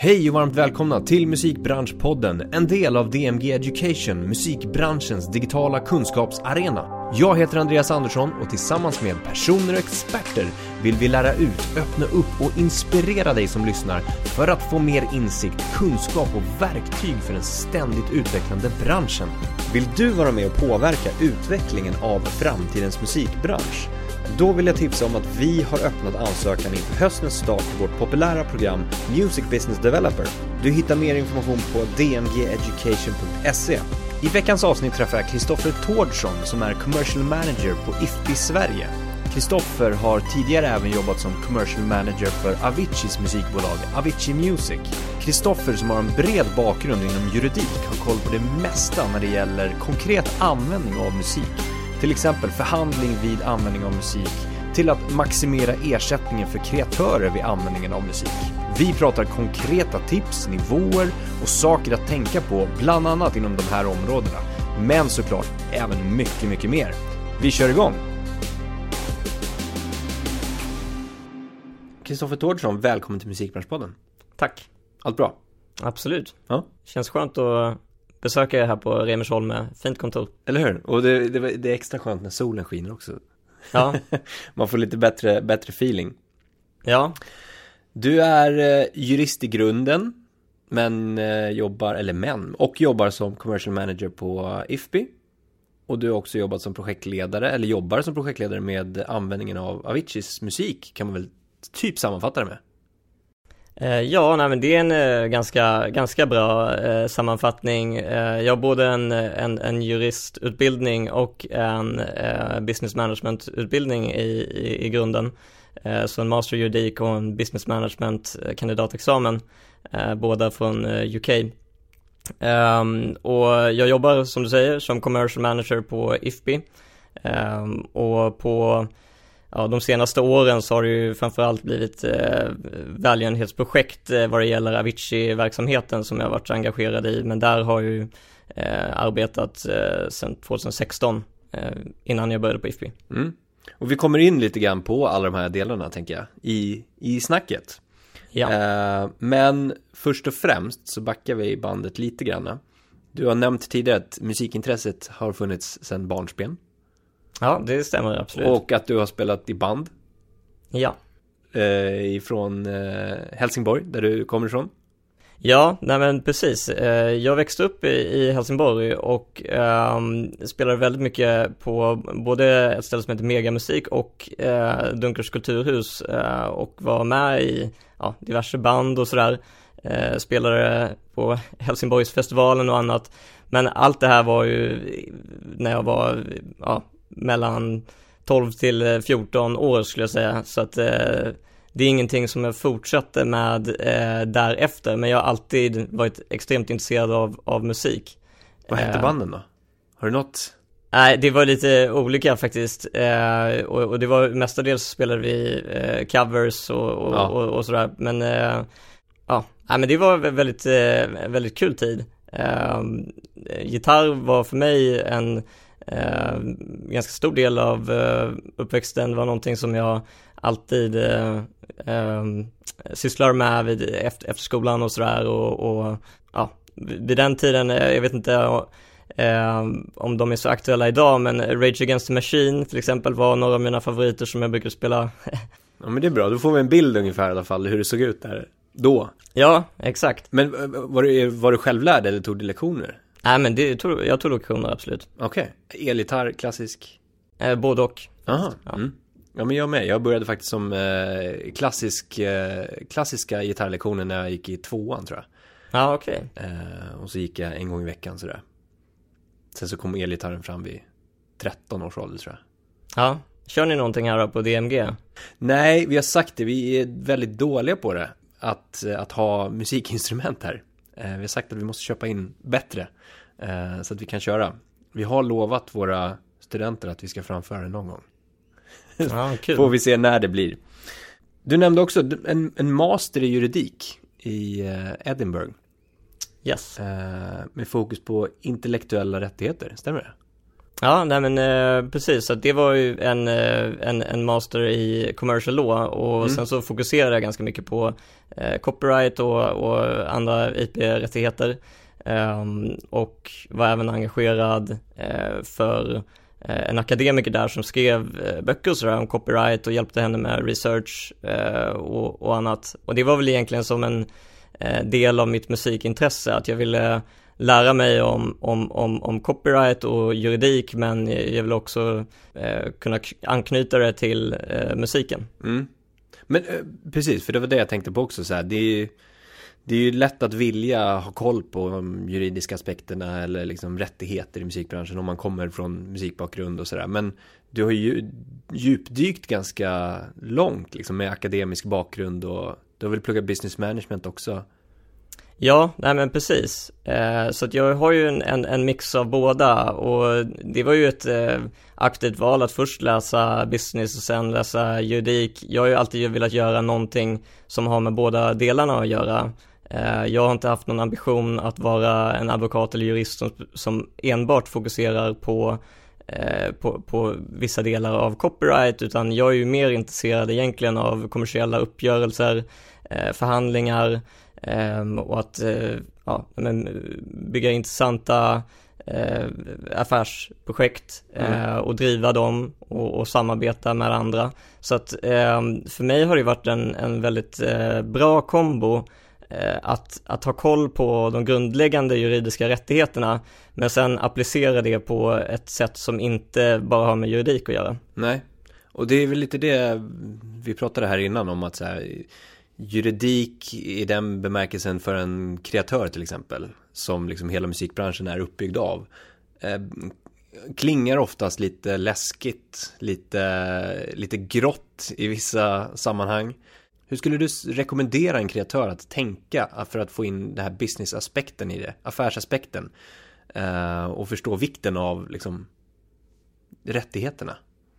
Hej och varmt välkomna till Musikbranschpodden, en del av DMG Education, musikbranschens digitala kunskapsarena. Jag heter Andreas Andersson och tillsammans med personer och experter vill vi lära ut, öppna upp och inspirera dig som lyssnar för att få mer insikt, kunskap och verktyg för den ständigt utvecklande branschen. Vill du vara med och påverka utvecklingen av framtidens musikbransch? Då vill jag tipsa om att vi har öppnat ansökan inför höstens start på vårt populära program Music Business Developer. Du hittar mer information på dmgeducation.se. I veckans avsnitt träffar jag Kristoffer Tårdsson som är Commercial Manager på IFPI Sverige. Kristoffer har tidigare även jobbat som Commercial Manager för Aviciis musikbolag Avicii Music. Kristoffer, som har en bred bakgrund inom juridik, har koll på det mesta när det gäller konkret användning av musik. Till exempel förhandling vid användning av musik, till att maximera ersättningen för kreatörer vid användningen av musik. Vi pratar konkreta tips, nivåer och saker att tänka på, bland annat inom de här områdena. Men såklart även mycket, mycket mer. Vi kör igång! Kristoffer Tårdsson, välkommen till Musikbranschpodden. Tack. Allt bra? Absolut. Ja. Känns skönt att besöka er här på Remersholm med fint kontor. Eller hur? Och det är extra skönt när solen skiner också. Ja. Man får lite bättre feeling. Ja. Du är jurist i grunden, men jobbar som commercial manager på IFPI. Och du har också jobbat som jobbar som projektledare med användningen av Aviciis musik, kan man väl typ sammanfatta det med? Ja, men det är en ganska bra sammanfattning. Jag har både en juristutbildning och en business management-utbildning i grunden. Så en master juridik och en business management kandidatexamen, båda från UK. Och jag jobbar, som du säger, som commercial manager på IFPI. Och på de senaste åren så har det ju framförallt blivit välgörenhetsprojekt vad det gäller Avicii-verksamheten som jag har varit engagerad i. Men där har jag ju arbetat sedan 2016 innan jag började på IFPI. Mm. Och vi kommer in lite grann på alla de här delarna, tänker jag, i snacket. Ja. Men först och främst så backar vi bandet lite grann. Du har nämnt tidigare att musikintresset har funnits sedan barnsben. Ja, det stämmer absolut. Och att du har spelat i band. Ja. Ifrån Helsingborg, där du kommer ifrån. Ja, men precis. Jag växte upp i Helsingborg och spelade väldigt mycket på både ett ställe som heter Megamusik och Dunkers kulturhus och var med i diverse band och sådär. Spelade på Helsingborgsfestivalen och annat. Men allt det här var ju när jag var mellan 12 till 14 år skulle jag säga. Så att det är ingenting som jag fortsatte med därefter. Men jag har alltid varit extremt intresserad av musik. Vad hette banden då? Har du något? Nej, det var lite olika faktiskt. Och det var mestadels spelade vi covers och sådär. Men men det var väldigt, väldigt kul tid. Gitarr var för mig en ganska stor del av uppväxten. Det var någonting som jag alltid sysslar med efter skolan och sådär. Och vid den tiden, jag vet inte om de är så aktuella idag, men Rage Against the Machine till exempel var några av mina favoriter som jag brukar spela. Ja, men det är bra, då får vi en bild ungefär i alla fall hur det såg ut där då. Ja, exakt. Men var du självlärd eller tog du lektioner? Nej, men jag tog lektioner, absolut. Okej. Elgitarr, klassisk? Både och. Aha. Ja. Mm. Ja, men jag med. Jag började faktiskt som klassiska gitarrlektioner när jag gick i 2:an, tror jag. Ja, okej. Och så gick jag en gång i veckan sådär. Sen så kom elgitarren fram vid 13 års ålder, tror jag. Ja. Kör ni någonting här på DMG? Nej, vi har sagt det. Vi är väldigt dåliga på det. Att ha musikinstrument här. Vi har sagt att vi måste köpa in bättre så att vi kan köra. Vi har lovat våra studenter att vi ska framföra det någon gång. Ja, kul. Får vi se när det blir. Du nämnde också en master i juridik i Edinburgh. Yes. Med fokus på intellektuella rättigheter, stämmer det? Ja, nej men precis, så det var ju en master i commercial law och sen så fokuserade jag ganska mycket på copyright och andra IP-rättigheter och var även engagerad för en akademiker där som skrev böcker och sådär om copyright och hjälpte henne med research och annat. Och det var väl egentligen som en del av mitt musikintresse, att jag ville lära mig om copyright och juridik, men jag vill också kunna anknyta det till musiken. Men precis, för det var det jag tänkte på också så här, det är ju lätt att vilja ha koll på de juridiska aspekterna eller liksom rättigheter i musikbranschen om man kommer från musikbakgrund och sådär. Men du har ju djupdykt ganska långt liksom med akademisk bakgrund och du har väl pluggat business management också? Ja, nej men precis. Så att jag har ju en mix av båda och det var ju ett aktivt val att först läsa business och sen läsa juridik. Jag har ju alltid velat göra någonting som har med båda delarna att göra. Jag har inte haft någon ambition att vara en advokat eller jurist som enbart fokuserar på vissa delar av copyright, utan jag är ju mer intresserad egentligen av kommersiella uppgörelser, förhandlingar och att bygga intressanta affärsprojekt och driva dem och samarbeta med andra. Så att för mig har det varit en väldigt bra kombo att ha koll på de grundläggande juridiska rättigheterna men sen applicera det på ett sätt som inte bara har med juridik att göra. Nej, och det är väl lite det vi pratade här innan om, att så här, juridik i den bemärkelsen för en kreatör till exempel, som liksom hela musikbranschen är uppbyggd av, klingar oftast lite läskigt, lite grått i vissa sammanhang. Hur skulle du rekommendera en kreatör att tänka för att få in den här business-aspekten i det, affärsaspekten, och förstå vikten av liksom rättigheterna?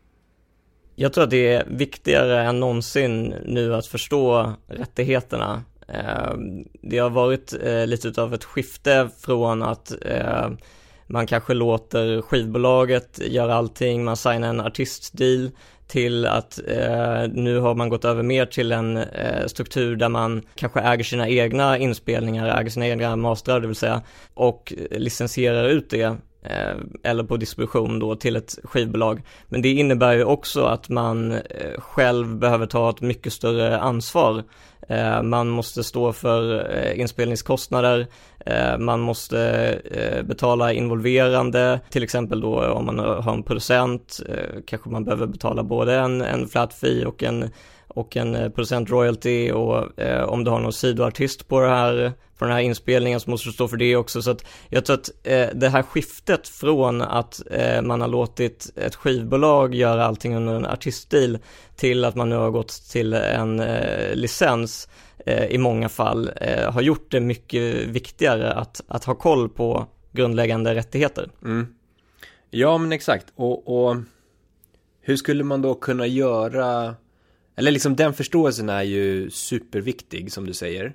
Jag tror att det är viktigare än någonsin nu att förstå rättigheterna. Det har varit lite av ett skifte från att man kanske låter skivbolaget göra allting, man signar en artistdeal, till att nu har man gått över mer till en struktur där man kanske äger sina egna inspelningar, äger sina egna mastrar det vill säga, och licensierar ut det eller på distribution då till ett skivbolag. Men det innebär ju också att man själv behöver ta ett mycket större ansvar. Man måste stå för inspelningskostnader, man måste betala involverande, till exempel då om man har en producent kanske man behöver betala både en flat fee och en producent royalty, och om du har någon sidoartist på den här inspelningen så måste du stå för det också. Så att jag tror att det här skiftet från att man har låtit ett skivbolag göra allting under en artistdeal till att man nu har gått till en licens i många fall har gjort det mycket viktigare att ha koll på grundläggande rättigheter. Ja, men exakt. Och hur skulle man då kunna göra, eller liksom den förståelsen är ju superviktig som du säger.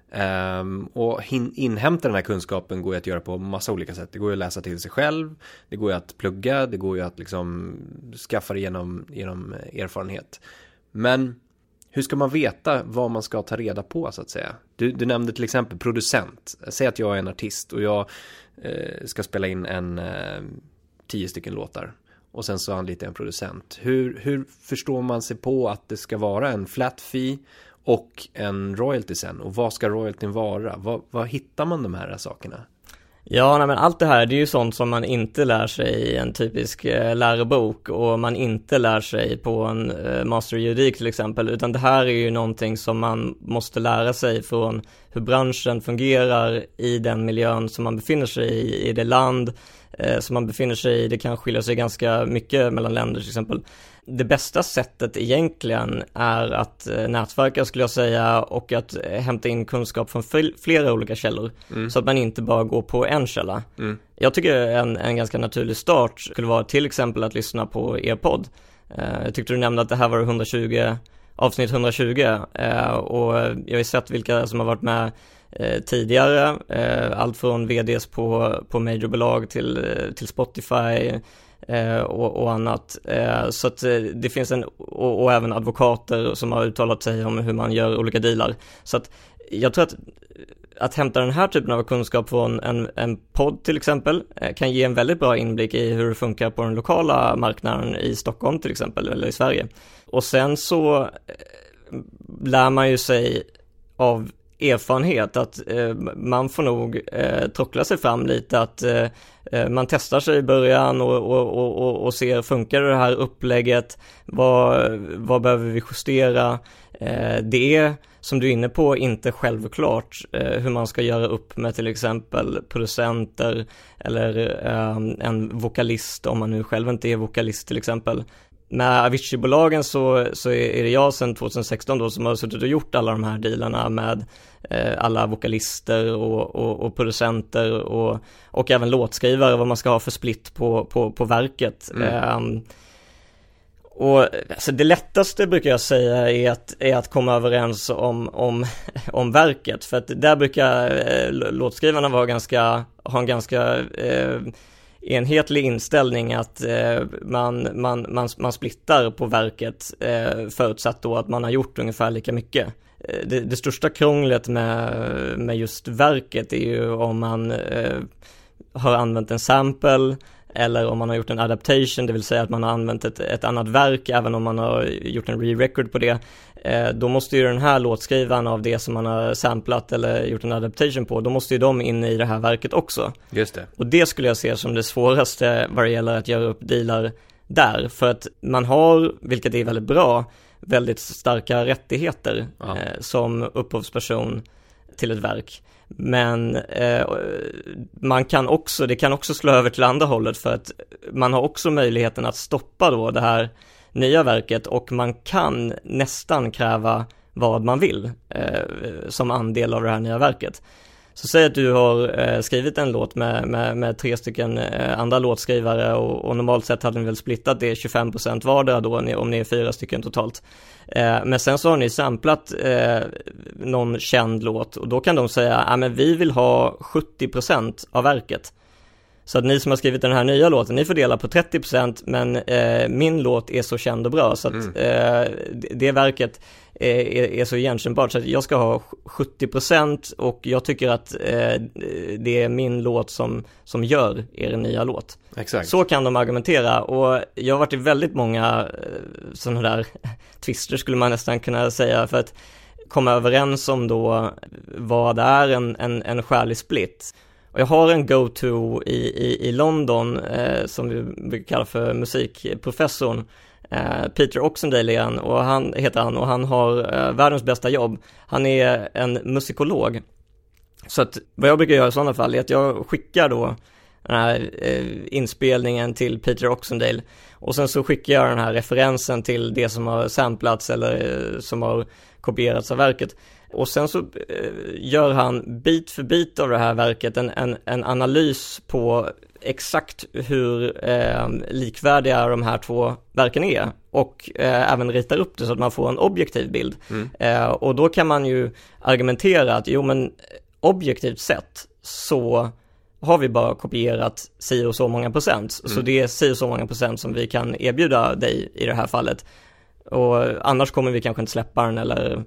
Och inhämta den här kunskapen går ju att göra på massa olika sätt. Det går ju att läsa till sig själv, det går ju att plugga, det går ju att liksom skaffa det genom erfarenhet. Men hur ska man veta vad man ska ta reda på så att säga? Du nämnde till exempel producent. Säg att jag är en artist och jag ska spela in 10 stycken låtar. Och sen så anlitar jag en producent. Hur förstår man sig på att det ska vara en flat fee och en royalty sen? Och vad ska royaltyn vara? Vad hittar man de här sakerna? Ja, nej, men allt det här det är ju sånt som man inte lär sig i en typisk lärobok, och man inte lär sig på en master juridik till exempel, utan det här är ju någonting som man måste lära sig från hur branschen fungerar i den miljön som man befinner sig i det land som man befinner sig i. Det kan skilja sig ganska mycket mellan länder till exempel. Det bästa sättet egentligen är att nätverka skulle jag säga, och att hämta in kunskap från flera olika källor så att man inte bara går på en källa. Jag tycker en ganska naturlig start skulle vara till exempel att lyssna på er podd. Jag tyckte du nämnde att det här var avsnitt 120 och jag har ju sett vilka som har varit med tidigare, allt från vds på majorbolag till Spotify, och annat. Så att det finns och även advokater som har uttalat sig om hur man gör olika dealar. Så att jag tror att hämta den här typen av kunskap från en podd till exempel kan ge en väldigt bra inblick i hur det funkar på den lokala marknaden i Stockholm till exempel, eller i Sverige. Och sen så lär man ju sig av erfarenhet att man får nog trockla sig fram lite, att man testar sig i början och ser, funkar det här upplägget, vad behöver vi justera. Det är, som du är inne på, inte självklart hur man ska göra upp med till exempel producenter eller en vokalist, om man nu själv inte är vokalist till exempel. Med Avicii-bolagen så är det jag sedan 2016 då som har suttit och gjort alla de här dealarna med alla vokalister och producenter och även låtskrivare, vad man ska ha för split på verket. Och alltså det lättaste brukar jag säga är att komma överens om verket, för att där brukar låtskrivarna ha en ganska enhetlig inställning, att man splittar på verket förutsatt då att man har gjort ungefär lika mycket. Det största krånglet med just verket är ju om man har använt en sample eller om man har gjort en adaptation, det vill säga att man har använt ett annat verk även om man har gjort en re-record på det. Då måste ju den här låtskrivaren av det som man har samplat eller gjort en adaptation på, då måste ju de in i det här verket också. Just det. Och det skulle jag se som det svåraste vad det gäller att göra upp dealar där, för att man har, vilket är väldigt bra, väldigt starka rättigheter som upphovsperson till ett verk. Men det kan också slå över till andra hållet, för att man har också möjligheten att stoppa då det här nya verket, och man kan nästan kräva vad man vill som andel av det här nya verket. Så säg att du har skrivit en låt med 3 stycken andra låtskrivare, och normalt sett hade ni väl splittat det 25% vardera då, om ni är 4 stycken totalt. Men sen så har ni samplat någon känd låt, och då kan de säga men vi vill ha 70% av verket. Så att ni som har skrivit den här nya låten, ni får dela på 30%, men min låt är så känd och bra så att det verket är så igenkännbart, så att jag ska ha 70%, och jag tycker att det är min låt som gör er nya låt. Exakt. Så kan de argumentera, och jag har varit i väldigt många sådana där twister skulle man nästan kunna säga, för att komma överens om då vad är en skälig split. Och jag har en go-to i London som vi brukar kalla för musikprofessorn. Peter Oxendale och han har världens bästa jobb. Han är en musikolog. Så att vad jag brukar göra i sådana fall är att jag skickar då den här inspelningen till Peter Oxendale, och sen så skickar jag den här referensen till det som har samplats eller som har kopierats av verket. Och sen så gör han bit för bit av det här verket en analys på exakt hur likvärdiga de här två verken är, och även ritar upp det så att man får en objektiv bild. Och då kan man ju argumentera att men objektivt sett så har vi bara kopierat si och så många procent, så det är si och så många procent som vi kan erbjuda dig i det här fallet, och annars kommer vi kanske inte släppa den eller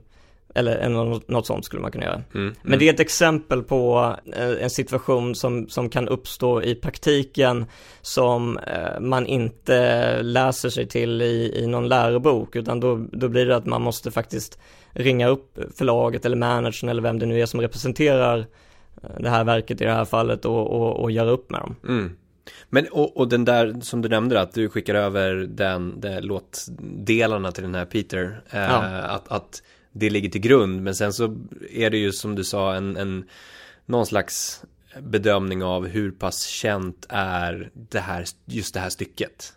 något sånt skulle man kunna göra. Men det är ett exempel på en situation som kan uppstå i praktiken som man inte läser sig till i någon lärobok, utan då blir det att man måste faktiskt ringa upp förlaget eller managern eller vem det nu är som representerar det här verket i det här fallet och göra upp med dem. Men och den där som du nämnde, att du skickar över den låtdelarna till den här Peter, att det ligger till grund, men sen så är det ju som du sa någon slags bedömning av hur pass känt är just det här stycket.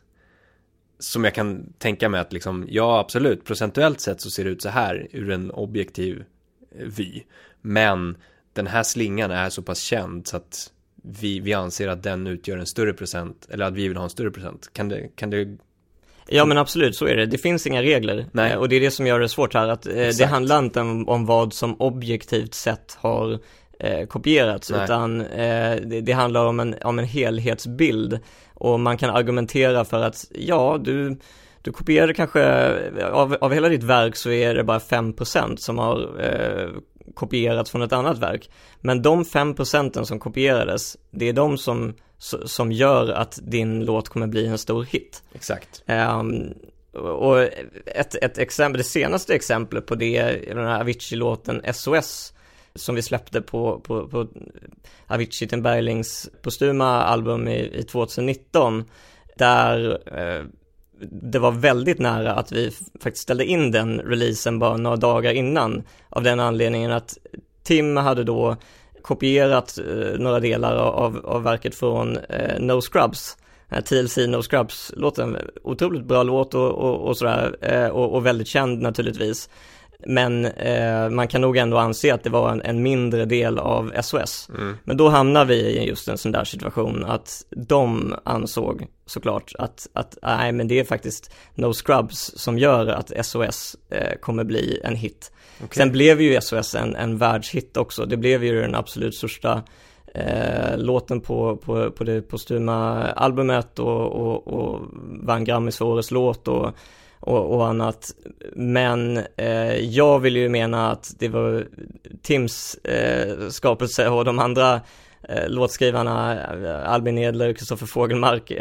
Som jag kan tänka mig att liksom, ja absolut, procentuellt sett så ser det ut så här ur en objektiv vy, men den här slingan är så pass känd så att vi anser att den utgör en större procent, eller att vi vill ha en större procent. Kan det Ja, men absolut, så är det. Det finns inga regler. Nej. Och det är det som gör det svårt här, att det handlar inte om vad som objektivt sett har kopierats, utan det handlar om en helhetsbild, och man kan argumentera för att du kopierade kanske av hela ditt verk, så är det bara 5% som har kopierats från ett annat verk, men de 5% som kopierades, det är de som gör att din låt kommer bli en stor hit. Exakt. Och ett exempel, det senaste exemplet på det är den här Avicii-låten SOS som vi släppte på Avicii Tim Berglings postuma album i 2019, där det var väldigt nära att vi faktiskt ställde in den releasen bara några dagar innan, av den anledningen att Tim hade då kopierat några delar av verket från No Scrubs, TLC No Scrubs låten, otroligt bra låt och sådär, och väldigt känd naturligtvis, men man kan nog ändå anse att det var en mindre del av SOS. Men då hamnar vi i just en sån där situation att de ansåg såklart att nej, men det är faktiskt No Scrubs som gör att SOS kommer bli en hit. Okay. Sen blev ju SOS en världshit också. Det blev ju den absolut största låten på det postuma albumet, och vann Grammys för årets låt och annat. Men jag vill ju mena att det var Tims skapelse och de andra låtskrivarna, Albin Edler och Kristoffer Fågelmark,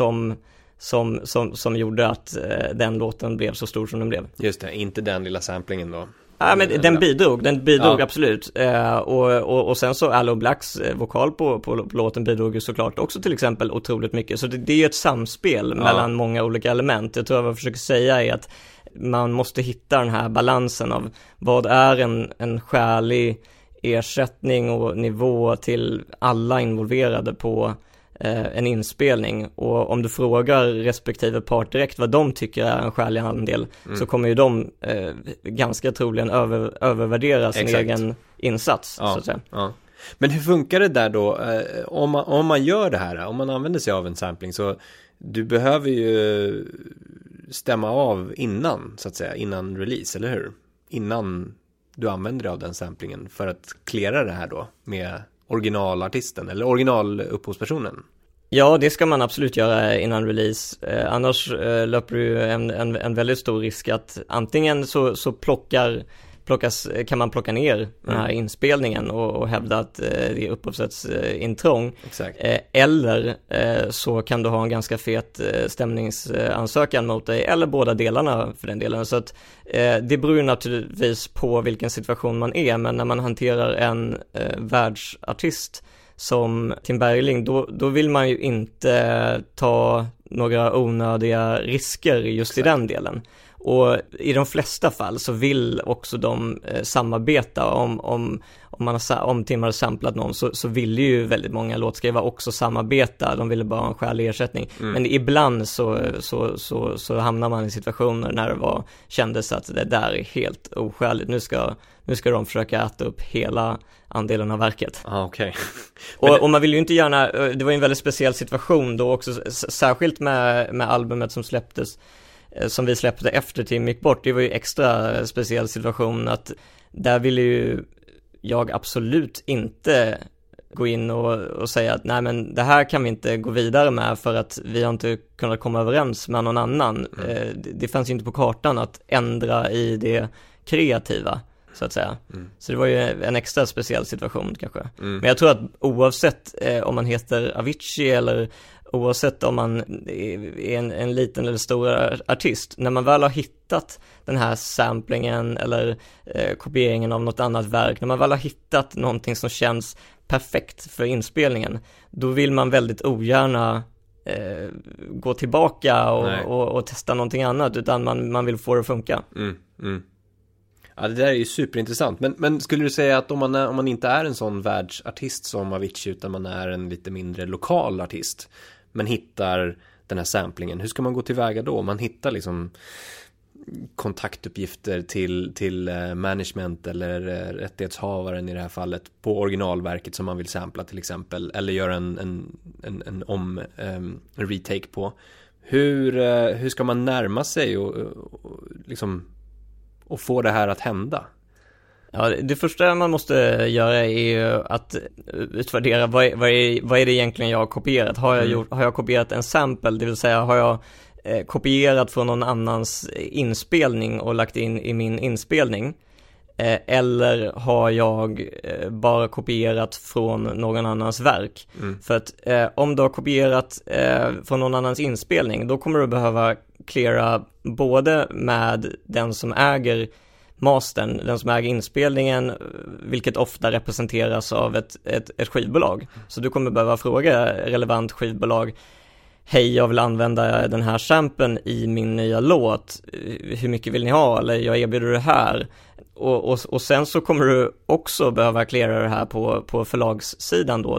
som gjorde att den låten blev så stor som den blev. Just det, inte den lilla samplingen då. Ja, men den bidrog absolut. Och sen så Allo Blacks vokal på låten bidrog ju såklart också till exempel otroligt mycket. Så det är ju ett samspel mellan många olika element. Jag tror vad jag försöker säga är att man måste hitta den här balansen av vad är en skälig ersättning och nivå till alla involverade på en inspelning, och om du frågar respektive part direkt vad de tycker är en skälig andel, så kommer ju de ganska troligen övervärdera sin egen insats, så att säga. Ja. Men hur funkar det där då, om man gör det här, om man använder sig av en sampling, så du behöver ju stämma av innan, så att säga, innan release, eller hur? Innan du använder dig av den samplingen för att klära det här då med originalartisten eller originalupphovspersonen. Ja, det ska man absolut göra innan release. Annars löper du en väldigt stor risk att antingen så kan man plocka ner den här inspelningen och hävda att det är upphovsrättsintrång. Eller så kan du ha en ganska fet stämningsansökan mot dig, eller båda delarna för den delen. Så att det beror naturligtvis på vilken situation man är, men när man hanterar en världsartist som Tim Bergling, då vill man ju inte ta några onödiga risker just i den delen. Och i de flesta fall så vill också de samarbeta. Om Tim har samplat någon, så vill ju väldigt många låtskrivare också samarbeta. De ville bara ha en skälig ersättning. Men ibland så hamnar man i situationer när det kändes att det där är helt oskäligt. Nu ska de försöka äta upp hela andelen av verket. Okay. Och man vill ju inte gärna, det var en väldigt speciell situation då också, särskilt med albumet som vi släppte efter Tim gick bort. Det var ju extra speciell situation, att där ville ju jag absolut inte gå in och säga att nej, men det här kan vi inte gå vidare med för att vi har inte kunnat komma överens med någon annan. Det fanns ju inte på kartan att ändra i det kreativa, så att säga. Så det var ju en extra speciell situation kanske. Men jag tror att oavsett om man heter Avicii eller oavsett om man är en liten eller stor artist, när man väl har hittat den här samplingen eller kopieringen av något annat verk, när man väl har hittat någonting som känns perfekt för inspelningen, då vill man väldigt ogärna gå tillbaka och testa någonting annat, utan man vill få det att funka. Ja, det där är ju superintressant. Men skulle du säga att om man inte är en sån världsartist som Avicii, utan man är en lite mindre lokal artist, men hittar den här samplingen, hur ska man gå tillväga då? Man hittar liksom kontaktuppgifter till management eller rättighetshavaren i det här fallet på originalverket som man vill sampla till exempel, eller göra en retake på. Hur ska man närma sig och liksom och få det här att hända? Ja, det första man måste göra är ju att utvärdera vad är det egentligen jag har kopierat. Har jag kopierat en sample, det vill säga har jag kopierat från någon annans inspelning och lagt in i min inspelning, eller har jag bara kopierat från någon annans verk. För att om du har kopierat från någon annans inspelning, då kommer du behöva cleara både med den som äger mastern, den som äger inspelningen, vilket ofta representeras av ett skivbolag. Så du kommer behöva fråga relevant skivbolag: hej, jag vill använda den här samplen i min nya låt. Hur mycket vill ni ha? Eller jag erbjuder det här. Och sen så kommer du också behöva cleara det här på förlagssidan då.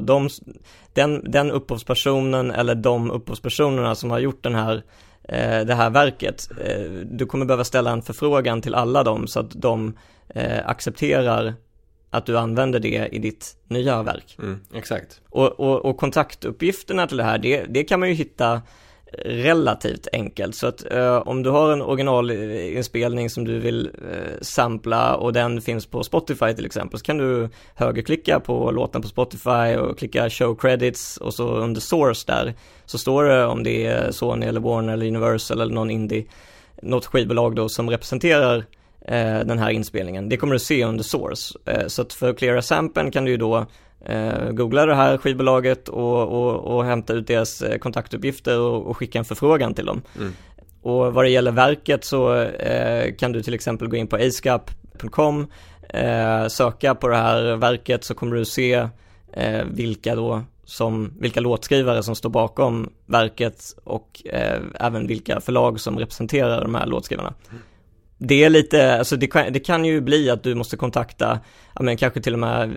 Den upphovspersonen eller de upphovspersonerna som har gjort det här verket, du kommer behöva ställa en förfrågan till alla dem så att de accepterar att du använder det i ditt nya verk. Exakt. Och kontaktuppgifterna till det här, det kan man ju hitta relativt enkelt. Så att om du har en originalinspelning som du vill sampla och den finns på Spotify till exempel, så kan du högerklicka på låten på Spotify och klicka show credits, och så under source där så står det om det är Sony eller Warner eller Universal eller något skivbolag då som representerar den här inspelningen. Det kommer du se under source. Så att för att cleara samplen kan du ju då googla det här skivbolaget och hämta ut deras kontaktuppgifter och skicka en förfrågan till dem. Och vad det gäller verket så kan du till exempel gå in på acecap.com, söka på det här verket, så kommer du se vilka låtskrivare som står bakom verket och även vilka förlag som representerar de här låtskrivarna. Det är lite, alltså det kan ju bli att du måste kontakta, kanske till och med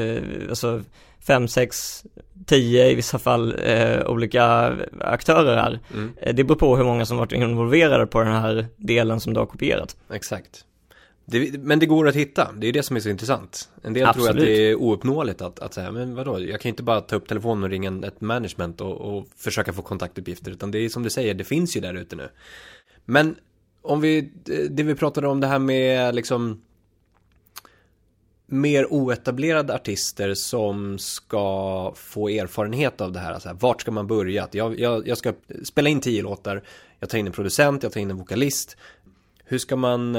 5, 6, 10 i vissa fall olika aktörer här. Det beror på hur många som varit involverade på den här delen som du har kopierat. Exakt. Men det går att hitta, det är det som är så intressant. En del Absolut. tror att det är ouppnåeligt att säga, men vadå, jag kan inte bara ta upp telefonen och ringa ett management och försöka få kontaktuppgifter, utan det är som du säger, det finns ju där ute nu. Men om det vi pratade om, det här med liksom mer oetablerade artister som ska få erfarenhet av det här, alltså vart ska man börja? Jag ska spela in 10 låtar, jag tar in en producent, jag tar in en vokalist. Hur ska man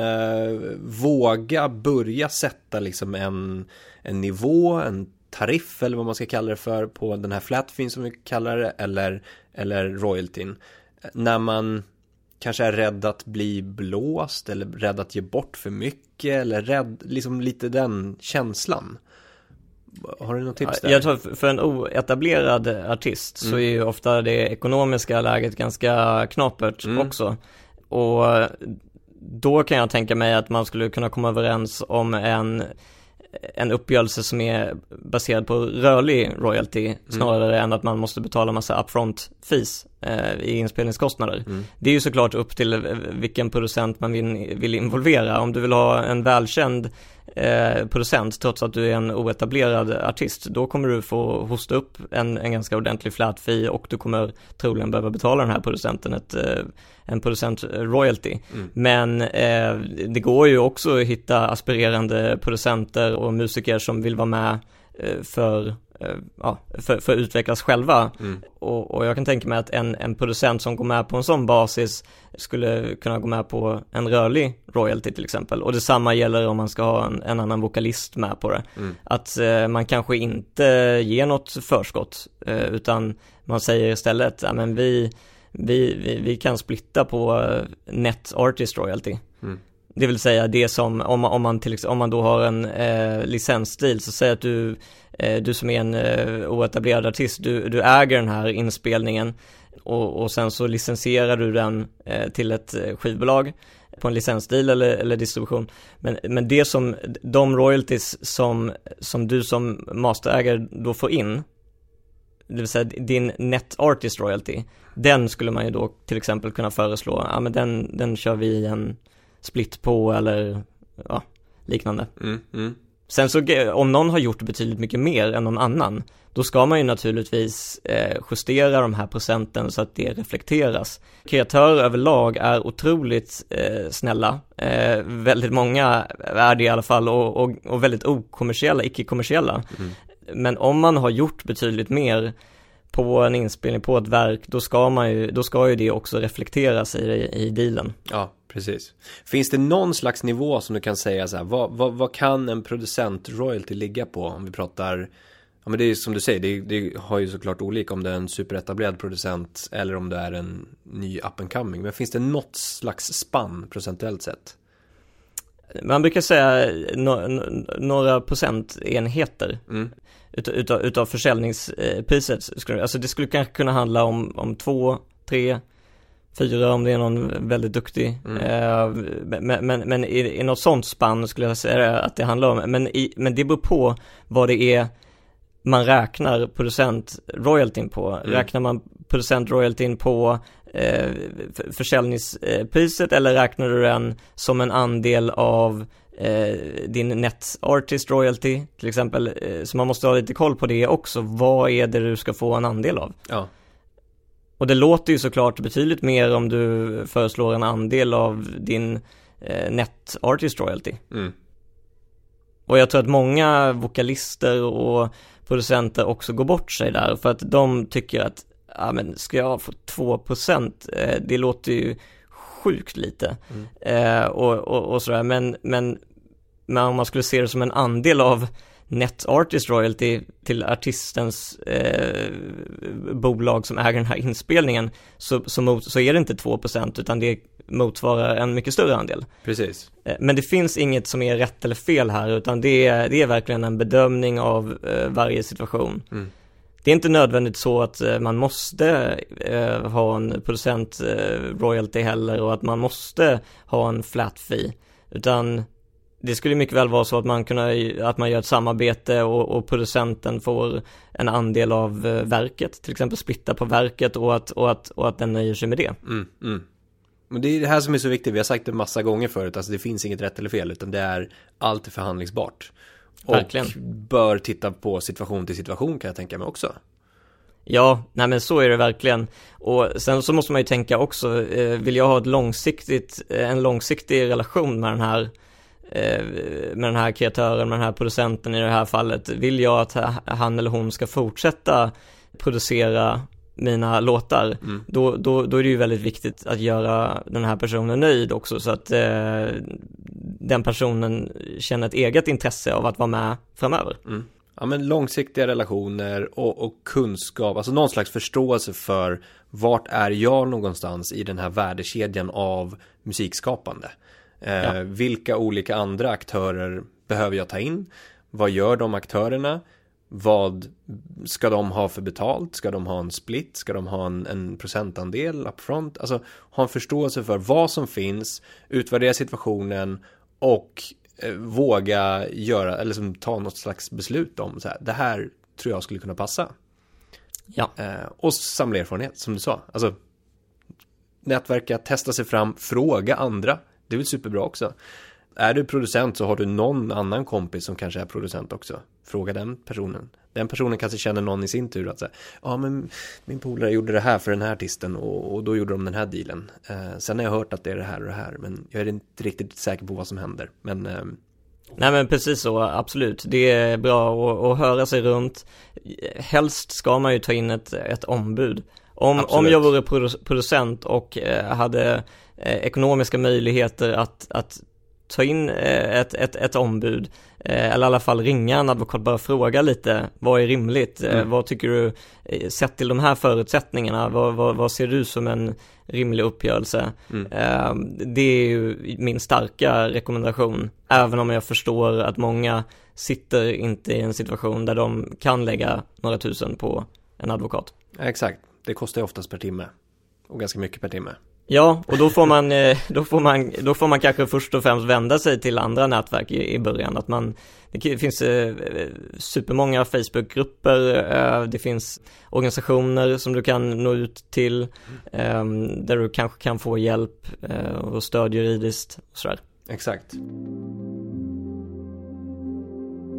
våga börja sätta liksom en nivå, en tariff eller vad man ska kalla det för på den här flat fee som vi kallar det, eller royaltyn, när man kanske är rädd att bli blåst eller rädd att ge bort för mycket eller rädd, liksom lite den känslan. Har du något tips där? Jag tror för en oetablerad artist så är ju ofta det ekonomiska läget ganska knapert också. Och då kan jag tänka mig att man skulle kunna komma överens om en uppgörelse som är baserad på rörlig royalty snarare än att man måste betala massa upfront fees i inspelningskostnader. Det är ju såklart upp till vilken producent man vill involvera. Om du vill ha en välkänd producent trots att du är en oetablerad artist, då kommer du få hosta upp en ganska ordentlig flat fee, och du kommer troligen behöva betala den här producenten en procent royalty. Men det går ju också att hitta aspirerande producenter och musiker som vill vara med för att utvecklas själva. Och jag kan tänka mig att en producent som går med på en sån basis skulle kunna gå med på en rörlig royalty till exempel. Och detsamma gäller om man ska ha en annan vokalist med på det. Att man kanske inte ger något förskott, utan man säger istället vi kan splitta på net artist royalty. Det vill säga det som om man då har en licensstil, så säger att du som är en oetablerad artist, du äger den här inspelningen och sen så licensierar du den till ett skivbolag på en licensstil eller distribution. Men det som de royalties som du som masterägare då får in, det vill säga din net artist royalty, den skulle man ju då till exempel kunna föreslå, men den kör vi en split på eller liknande. Sen så om någon har gjort betydligt mycket mer än någon annan, då ska man ju naturligtvis justera de här procenten så att det reflekteras. Kreatörer överlag är otroligt snälla. Väldigt många är det i alla fall och väldigt okommersiella, icke-kommersiella. Men om man har gjort betydligt mer på en inspelning, på ett verk, då ska ju det också reflekteras i dealen. Ja, precis. Finns det någon slags nivå som du kan säga så här, vad kan en producent royalty ligga på om vi pratar, ja men det är ju som du säger, det har ju såklart olika om det är en superetablerad producent eller om det är en ny up and coming, men finns det något slags spann procentuellt sett? Man brukar säga några procentenheter utav försäljningspriset. Alltså det skulle kanske kunna handla om 2, 3, 4 om det är någon väldigt duktig. Men i något sånt spann skulle jag säga att det handlar om. Men det beror på vad det är man räknar producent-royaltyn på. Räknar man producent-royaltyn på försäljningspriset, eller räknar du den som en andel av din net artist royalty till exempel? Så man måste ha lite koll på det också. Vad är det du ska få en andel av? Ja. Och det låter ju såklart betydligt mer om du föreslår en andel av din net artist royalty. Och jag tror att många vokalister och producenter också går bort sig där, för att de tycker att ja, men ska jag få 2%? Det låter ju sjukt lite. Och sådär. Men om man skulle se det som en andel av net artist royalty till artistens bolag som äger den här inspelningen, så är det inte 2%, utan det motsvarar en mycket större andel. Precis. Men det finns inget som är rätt eller fel här, utan det är verkligen en bedömning av varje situation. Det är inte nödvändigt så att man måste ha en producent royalty heller, och att man måste ha en flat fee, utan det skulle mycket väl vara så att man gör ett samarbete och producenten får en andel av verket, till exempel splitta på verket, och att den nöjer sig med det. Men det är det här som är så viktigt. Vi har sagt det massa gånger förut, alltså det finns inget rätt eller fel, utan det är allt förhandlingsbart. Verkligen. Och bör titta på situation till situation, kan jag tänka mig också. Ja, nej men så är det verkligen. Och sen så måste man ju tänka också, vill jag ha en långsiktig relation med den här kreatören, med den här producenten i det här fallet? Vill jag att han eller hon ska fortsätta producera mina låtar, då är det ju väldigt viktigt att göra den här personen nöjd också, så att den personen känner ett eget intresse av att vara med framöver. Ja, men långsiktiga relationer och kunskap, alltså någon slags förståelse för vart är jag någonstans i den här värdekedjan av musikskapande. Vilka olika andra aktörer behöver jag ta in? Vad gör de aktörerna? Vad ska de ha för betalt? Ska de ha en split? Ska de ha en procentandel upfront? Alltså ha en förståelse för vad som finns, utvärdera situationen och våga göra, eller som ta något slags beslut om så här, det här tror jag skulle kunna passa. Ja. Och samla erfarenhet, som du sa. Alltså nätverka, testa sig fram, fråga andra. Det är väl superbra också. Är du producent så har du någon annan kompis som kanske är producent också. Fråga den personen. Den personen kanske känner någon i sin tur att säga, ja men min polare gjorde det här för den här artisten och då gjorde de den här dealen. Sen har jag hört att det är det här och det här, men jag är inte riktigt säker på vad som händer. Men nej men precis så, absolut. Det är bra att höra sig runt. Helst ska man ju ta in ett ombud. Om jag vore producent och hade ekonomiska möjligheter att ta in ett ombud, eller i alla fall ringa en advokat, bara fråga lite, vad är rimligt? Vad tycker du, sett till de här förutsättningarna, vad ser du som en rimlig uppgörelse? Det är ju min starka rekommendation, även om jag förstår att många sitter inte i en situation där de kan lägga några tusen på en advokat. Exakt, det kostar ju oftast per timme, och ganska mycket per timme. Ja, och då får man kanske först och främst vända sig till andra nätverk i början. Det finns supermånga Facebookgrupper, det finns organisationer som du kan nå ut till, där du kanske kan få hjälp och stöd juridiskt och sådär. Exakt.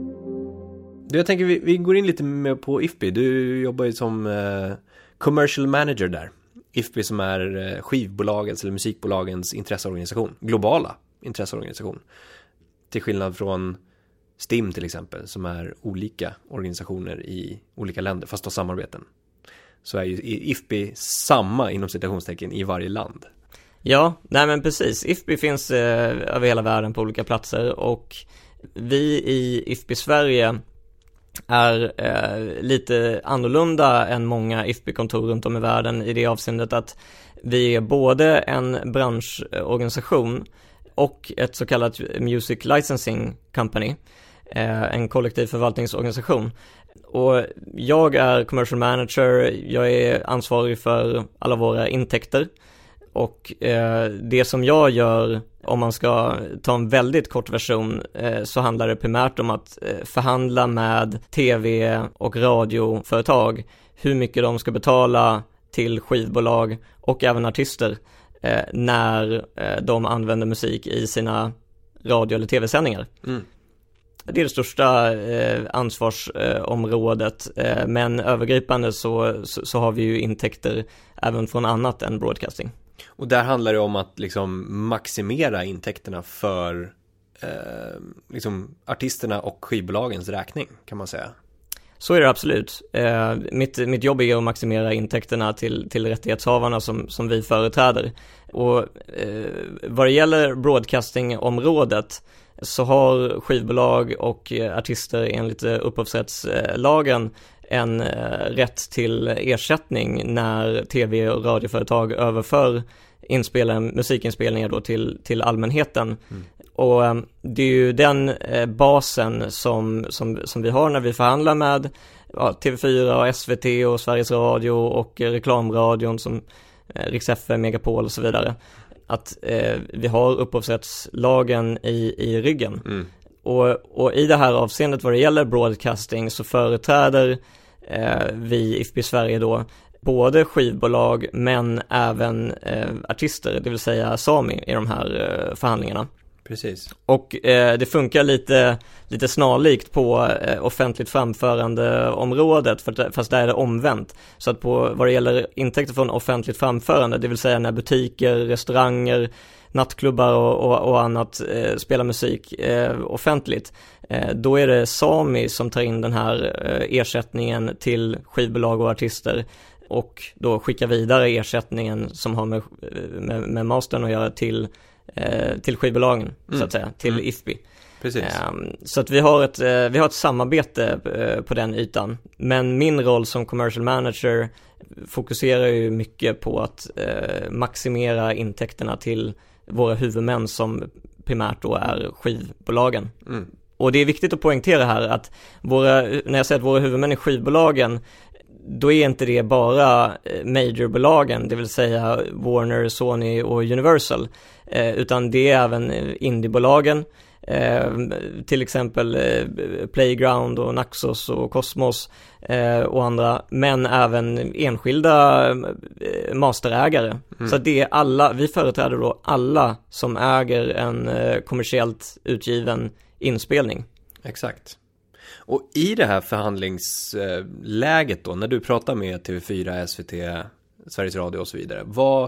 Jag tänker vi går in lite mer på IFPI. Du jobbar ju som commercial manager där. IFPI som är skivbolagens eller musikbolagens intresseorganisation. Globala intresseorganisation. Till skillnad från STIM till exempel, som är olika organisationer i olika länder fast har samarbeten. Så är ju IFPI samma inom citationstecken i varje land. Ja, nej men precis. IFPI finns över hela världen på olika platser, och vi i IFPI Sverige är lite annorlunda än många IFPI-kontor runt om i världen i det avseendet att vi är både en branschorganisation och ett så kallat Music Licensing Company, en kollektiv förvaltningsorganisation. Och jag är commercial manager, jag är ansvarig för alla våra intäkter, och det som jag gör, om man ska ta en väldigt kort version, så handlar det primärt om att förhandla med tv- och radioföretag hur mycket de ska betala till skivbolag och även artister när de använder musik i sina radio- eller tv-sändningar. Det är det största ansvarsområdet, men övergripande så har vi ju intäkter även från annat än broadcasting. Och där handlar det om att liksom maximera intäkterna för liksom artisterna och skivbolagens räkning, kan man säga. Så är det absolut. Mitt jobb är att maximera intäkterna till rättighetshavarna som vi företräder. Och vad det gäller broadcastingområdet så har skivbolag och artister enligt upphovsrättslagen en rätt till ersättning när tv- och radioföretag överför musikinspelningar då till allmänheten. Och det är ju den basen som vi har när vi förhandlar med TV4 och SVT och Sveriges Radio och reklamradion som Rix FM, Megapol och så vidare. Att vi har upphovsrättslagen i ryggen. Och i det här avseendet vad det gäller broadcasting så företräder vi IFPI Sverige då både skivbolag men även artister, det vill säga Sami i de här förhandlingarna. Precis. Och det funkar lite snarlikt på offentligt framförande området, fast där är det omvänt. Så att vad det gäller intäkter från offentligt framförande, det vill säga när butiker, restauranger, nattklubbar och annat spelar musik offentligt, då är det Sami som tar in den här ersättningen till skivbolag och artister och då skickar vidare ersättningen som har med mastern att göra till skivbolagen, så att säga, till IFPI. Precis. Så att vi har ett samarbete på den ytan. Men min roll som commercial manager fokuserar ju mycket på att maximera intäkterna till våra huvudmän som primärt då är skivbolagen. Och det är viktigt att poängtera här att när jag säger att våra huvudmän är skivbolagen, då är inte det bara majorbolagen, det vill säga Warner, Sony och Universal, utan det är även indiebolagen, till exempel Playground och Naxos och Cosmos och andra, men även enskilda masterägare. Så det är vi företräder då alla som äger en kommersiellt utgiven inspelning. Exakt. Och i det här förhandlingsläget då, när du pratar med TV4, SVT, Sveriges Radio och så vidare,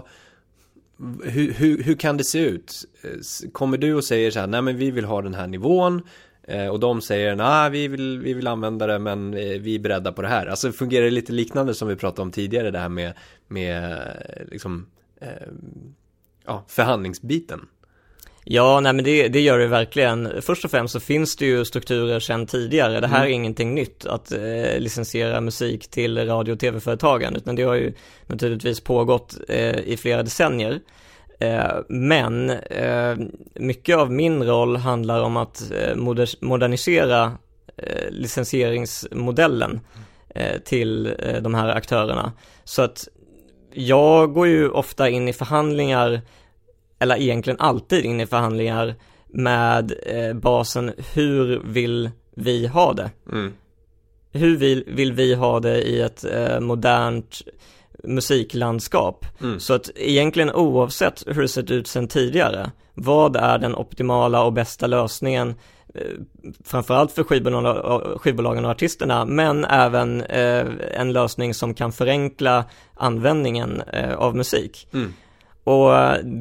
hur kan det se ut? Kommer du och säger så här, nej men vi vill ha den här nivån, och de säger, nej vi vill använda det men vi är beredda på det här. Alltså fungerar det lite liknande som vi pratade om tidigare, det här med liksom, förhandlingsbiten? Ja, nej men det gör det verkligen. Först och främst så finns det ju strukturer sedan tidigare. Det här är ingenting nytt att licensiera musik till radio- och tv-företagen, utan det har ju naturligtvis pågått i flera decennier. Men mycket av min roll handlar om att modernisera licensieringsmodellen till de här aktörerna. Så att jag går ju ofta in i förhandlingar, eller egentligen alltid in i förhandlingar med basen, hur vill vi ha det? Hur vill vi ha det i ett modernt musiklandskap. Så att egentligen oavsett hur det sett ut sedan tidigare, vad är den optimala och bästa lösningen framförallt för skivbolagen och artisterna, men även en lösning som kan förenkla användningen av musik. Och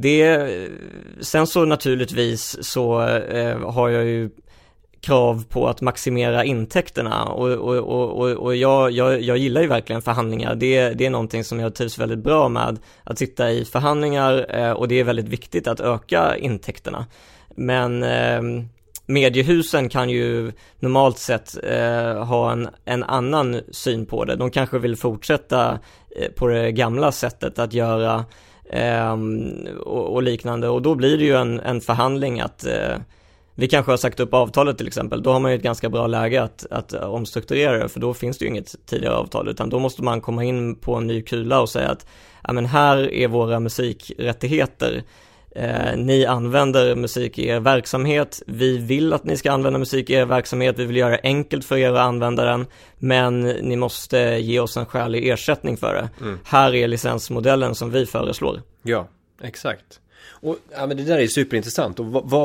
sen så naturligtvis så har jag ju krav på att maximera intäkterna och jag gillar ju verkligen förhandlingar. Det är någonting som jag trivs väldigt bra med, att sitta i förhandlingar, och det är väldigt viktigt att öka intäkterna. Men mediehusen kan ju normalt sett ha en annan syn på det. De kanske vill fortsätta på det gamla sättet att göra och liknande, och då blir det ju en förhandling att vi kanske har sagt upp avtalet till exempel. Då har man ju ett ganska bra läge att omstrukturera det, för då finns det ju inget tidigare avtal, utan då måste man komma in på en ny kula och säga att ja, men här är våra musikrättigheter. Ni använder musik i er verksamhet, vi vill att ni ska använda musik i er verksamhet, vi vill göra det enkelt för er att använda den, men ni måste ge oss en skälig ersättning för det. Här är licensmodellen som vi föreslår. Ja, exakt. Och ja, men det där är superintressant. Och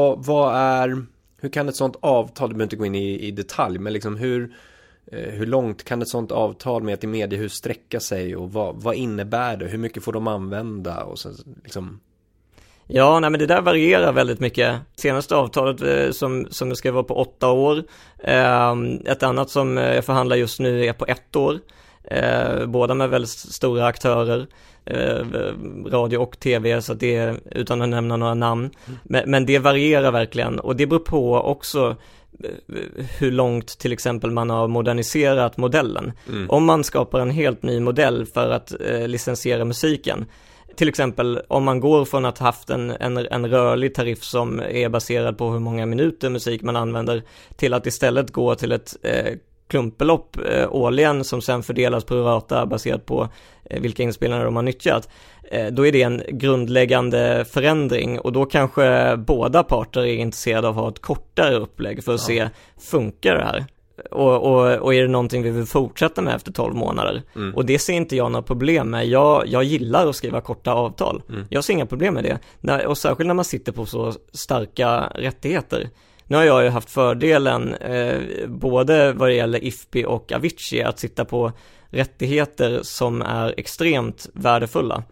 hur kan ett sånt avtal, du behöver inte gå in i detalj, men liksom hur långt kan ett sånt avtal med ett mediehus sträcka sig, och vad innebär det? Hur mycket får de använda? Och så, liksom... Ja, nej, men det där varierar väldigt mycket. Senaste avtalet som ska vara på 8 år. Ett annat som jag förhandlar just nu är på 1 år. Båda med väldigt stora aktörer. Radio och tv, så att det är, utan att nämna några namn. Men det varierar verkligen, och det beror på också hur långt till exempel man har moderniserat modellen. Om man skapar en helt ny modell för att licensiera musiken, till exempel om man går från att ha haft en rörlig tariff som är baserad på hur många minuter musik man använder, till att istället gå till ett klumpbelopp årligen som sen fördelas på rata baserat på vilka inspelningar de har nyttjat, då är det en grundläggande förändring, och då kanske båda parter är intresserade av att ha ett kortare upplägg för att se, funkar det här? Och är det någonting vi vill fortsätta med efter 12 månader? Och det ser inte jag några problem med. Jag gillar att skriva korta avtal. Jag ser inga problem med det. Och särskilt när man sitter på så starka rättigheter. Nu har jag ju haft fördelen både vad det gäller IFPI och Avicii att sitta på rättigheter som är extremt värdefulla.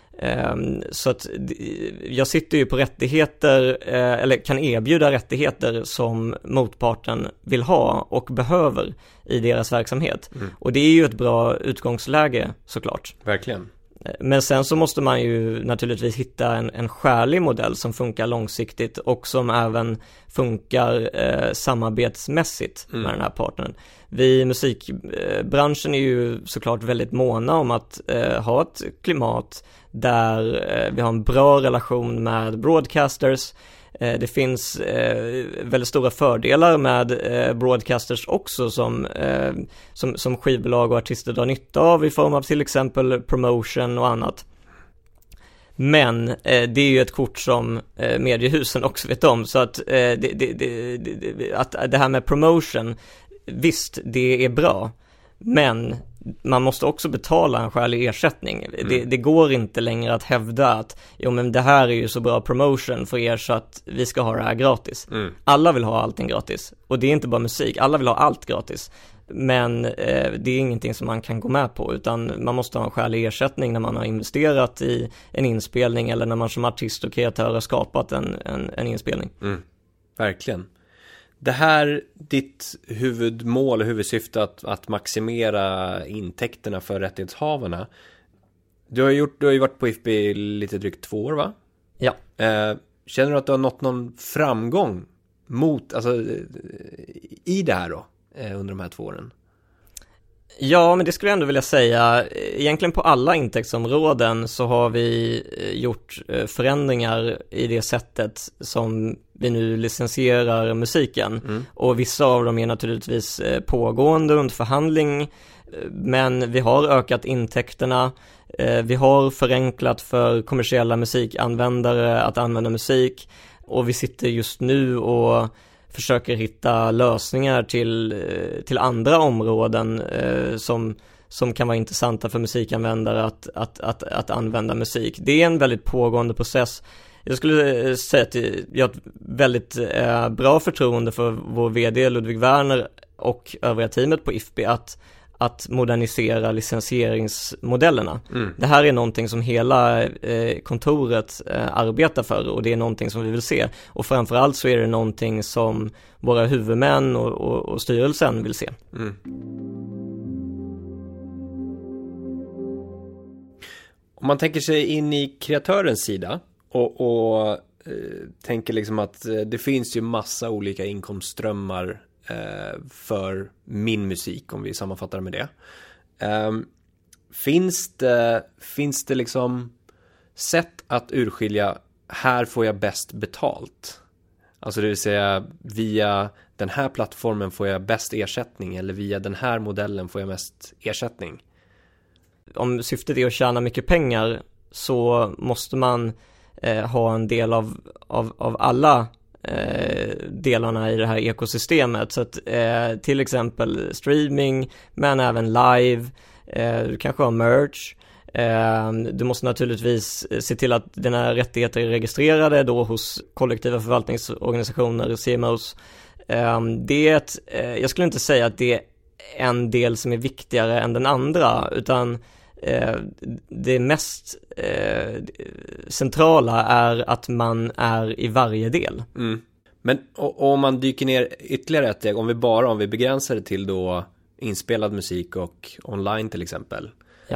Så att jag sitter ju på rättigheter, eller kan erbjuda rättigheter som motparten vill ha och behöver i deras verksamhet. Och det är ju ett bra utgångsläge såklart. Verkligen. Men sen så måste man ju naturligtvis hitta en skälig modell som funkar långsiktigt och som även funkar samarbetsmässigt med den här partnern. Vi i musikbranschen är ju såklart väldigt måna om att ha ett klimat där vi har en bra relation med broadcasters. Det finns väldigt stora fördelar med broadcasters också som skivbolag och artister drar nytta av i form av till exempel promotion och annat. Men det är ju ett kort som mediehusen också vet om, så att det här med promotion, visst, det är bra, men man måste också betala en skälig ersättning. Det går inte längre att hävda att men det här är ju så bra promotion för er så att vi ska ha det här gratis. Alla vill ha allting gratis, och det är inte bara musik, alla vill ha allt gratis. Men det är ingenting som man kan gå med på, utan man måste ha en skälig ersättning när man har investerat i en inspelning, eller när man som artist och kreatör har skapat en inspelning. Verkligen. Det här, ditt huvudmål och huvudsyfte att maximera intäkterna för rättighetshavarna. Du har ju varit på IFPI lite drygt 2 år, va? Ja. Känner du att du har nått någon framgång i det här då, under de här 2 åren? Ja, men det skulle jag ändå vilja säga. Egentligen på alla intäktsområden så har vi gjort förändringar i det sättet som vi nu licensierar musiken. Och vissa av dem är naturligtvis pågående under förhandling, men vi har ökat intäkterna. Vi har förenklat för kommersiella musikanvändare att använda musik, och vi sitter just nu och försöker hitta lösningar till andra områden som kan vara intressanta för musikanvändare att använda musik. Det är en väldigt pågående process. Jag skulle säga att jag har ett väldigt bra förtroende för vår vd Ludvig Werner och övriga teamet på IFPI att modernisera licensieringsmodellerna. Det här är någonting som hela kontoret arbetar för, och det är någonting som vi vill se. Och framförallt så är det någonting som våra huvudmän och styrelsen vill se. Om man tänker sig in i kreatörens sida och tänker liksom att det finns ju massa olika inkomstströmmar för min musik, om vi sammanfattar med det. Finns det liksom sätt att urskilja, här får jag bäst betalt? Alltså det vill säga, via den här plattformen får jag bäst ersättning, eller via den här modellen får jag mest ersättning? Om syftet är att tjäna mycket pengar så måste man ha en del av alla delarna i det här ekosystemet. Så att till exempel streaming, men även live, du kanske har merch. Du måste naturligtvis se till att dina rättigheter är registrerade då hos kollektiva förvaltningsorganisationer, CMOs. Jag skulle inte säga att det är en del som är viktigare än den andra, utan det mest centrala är att man är i varje del. Men om man dyker ner ytterligare ett steg, om vi begränsar det till då inspelad musik och online till exempel,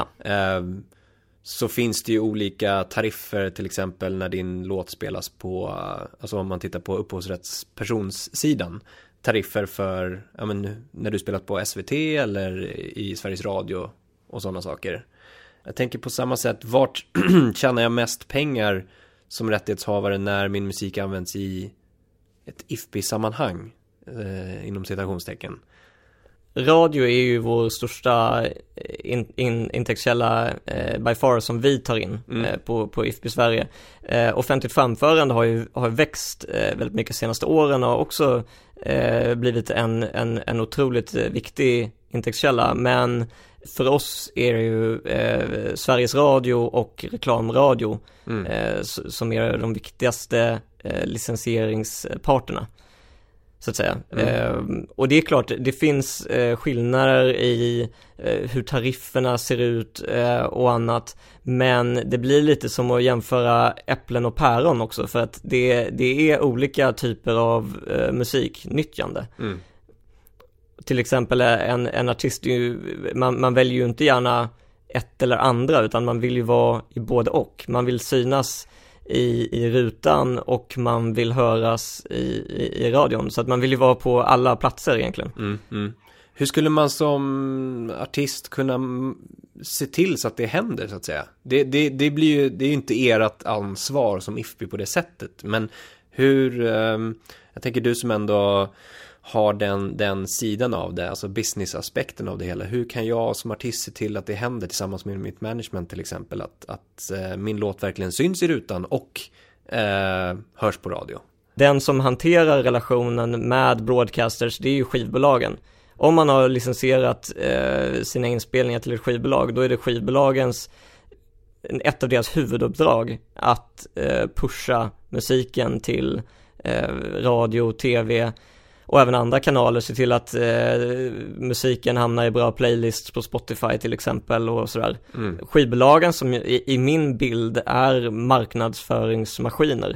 så finns det ju olika tariffer, till exempel när din låt spelas på, alltså om man tittar på upphovsrättspersonssidan, tariffer för när du spelat på SVT eller i Sveriges Radio och sådana saker. Jag tänker på samma sätt, vart tjänar jag mest pengar som rättighetshavare när min musik används i ett IFPI-sammanhang, inom citationstecken? Radio är ju vår största intäktskälla by far som vi tar in på IFPI Sverige. Offentligt framförande har växt väldigt mycket de senaste åren och också blivit en otroligt viktig intäktskälla. Men för oss är det ju Sveriges Radio och reklamradio som är de viktigaste licensieringsparterna, så att säga. Och det är klart, det finns skillnader i hur tarifferna ser ut och annat, men det blir lite som att jämföra äpplen och päron också, för att det är olika typer av musiknyttjande. Till exempel en artist, man väljer ju inte gärna ett eller andra, utan man vill ju vara i både och. Man vill synas i rutan och man vill höras i radion, så att man vill ju vara på alla platser egentligen. Hur skulle man som artist kunna se till så att det händer, så att säga? Det blir ju, det är ju inte ert ansvar som IFPI på det sättet, men hur, jag tänker du som ändå har den sidan av det, alltså business-aspekten av det hela. Hur kan jag som artist se till att det händer tillsammans med mitt management till exempel, att min låt verkligen syns i rutan och hörs på radio? Den som hanterar relationen med broadcasters, det är ju skivbolagen. Om man har licensierat sina inspelningar till ett skivbolag, då är det skivbolagens, ett av deras huvuduppdrag att pusha musiken till radio, tv och även andra kanaler, se till att musiken hamnar i bra playlists på Spotify till exempel och sådär. Skivbolagen, som i min bild är marknadsföringsmaskiner,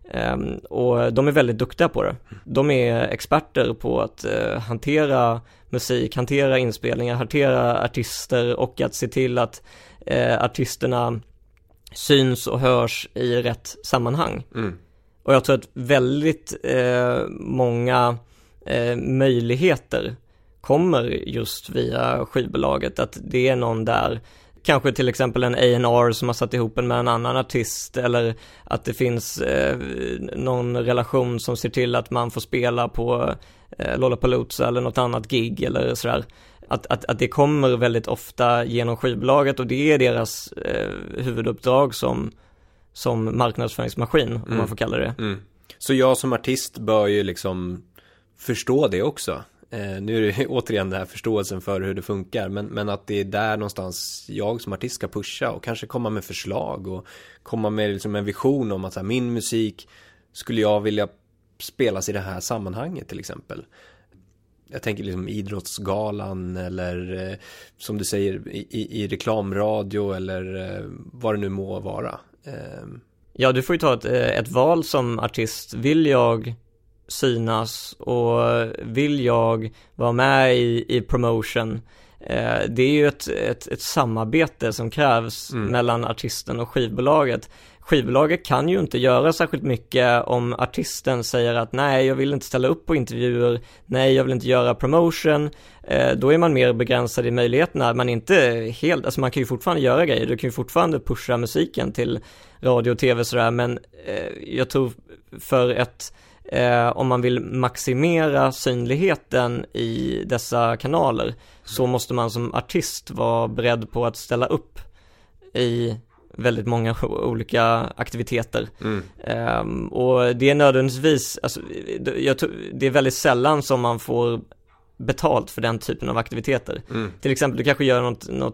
och de är väldigt duktiga på det. De är experter på att hantera musik, hantera inspelningar, hantera artister och att se till att artisterna syns och hörs i rätt sammanhang. Och jag tror att väldigt många möjligheter kommer just via skivbolaget, att det är någon där, kanske till exempel en A&R som har satt ihop en med en annan artist, eller att det finns någon relation som ser till att man får spela på Lollapalooza eller något annat gig eller sådär. Att det kommer väldigt ofta genom skivbolaget, och det är deras huvuduppdrag som marknadsföringsmaskin, om man får kalla det. Så jag som artist bör ju liksom förstå det också. Nu är det återigen den här förståelsen för hur det funkar, men att det är där någonstans jag som artist ska pusha och kanske komma med förslag och komma med liksom en vision om att så här, min musik skulle jag vilja spelas i det här sammanhanget till exempel. Jag tänker liksom idrottsgalan eller som du säger i reklamradio eller vad det nu må vara. Ja, du får ju ta ett val som artist. Vill jag synas och vill jag vara med i promotion? Det är ju ett samarbete som krävs mellan artisten och skivbolaget. Skivbolaget kan ju inte göra särskilt mycket om artisten säger att nej, jag vill inte ställa upp på intervjuer, nej, jag vill inte göra promotion. Då är man mer begränsad i möjligheterna. Man inte helt, alltså man kan ju fortfarande göra grejer, du kan ju fortfarande pusha musiken till radio och tv sådär, men jag tror för om man vill maximera synligheten i dessa kanaler så måste man som artist vara beredd på att ställa upp i väldigt många olika aktiviteter. Och det är nödvändigtvis, alltså, det är väldigt sällan som man får betalt för den typen av aktiviteter. Till exempel, du kanske gör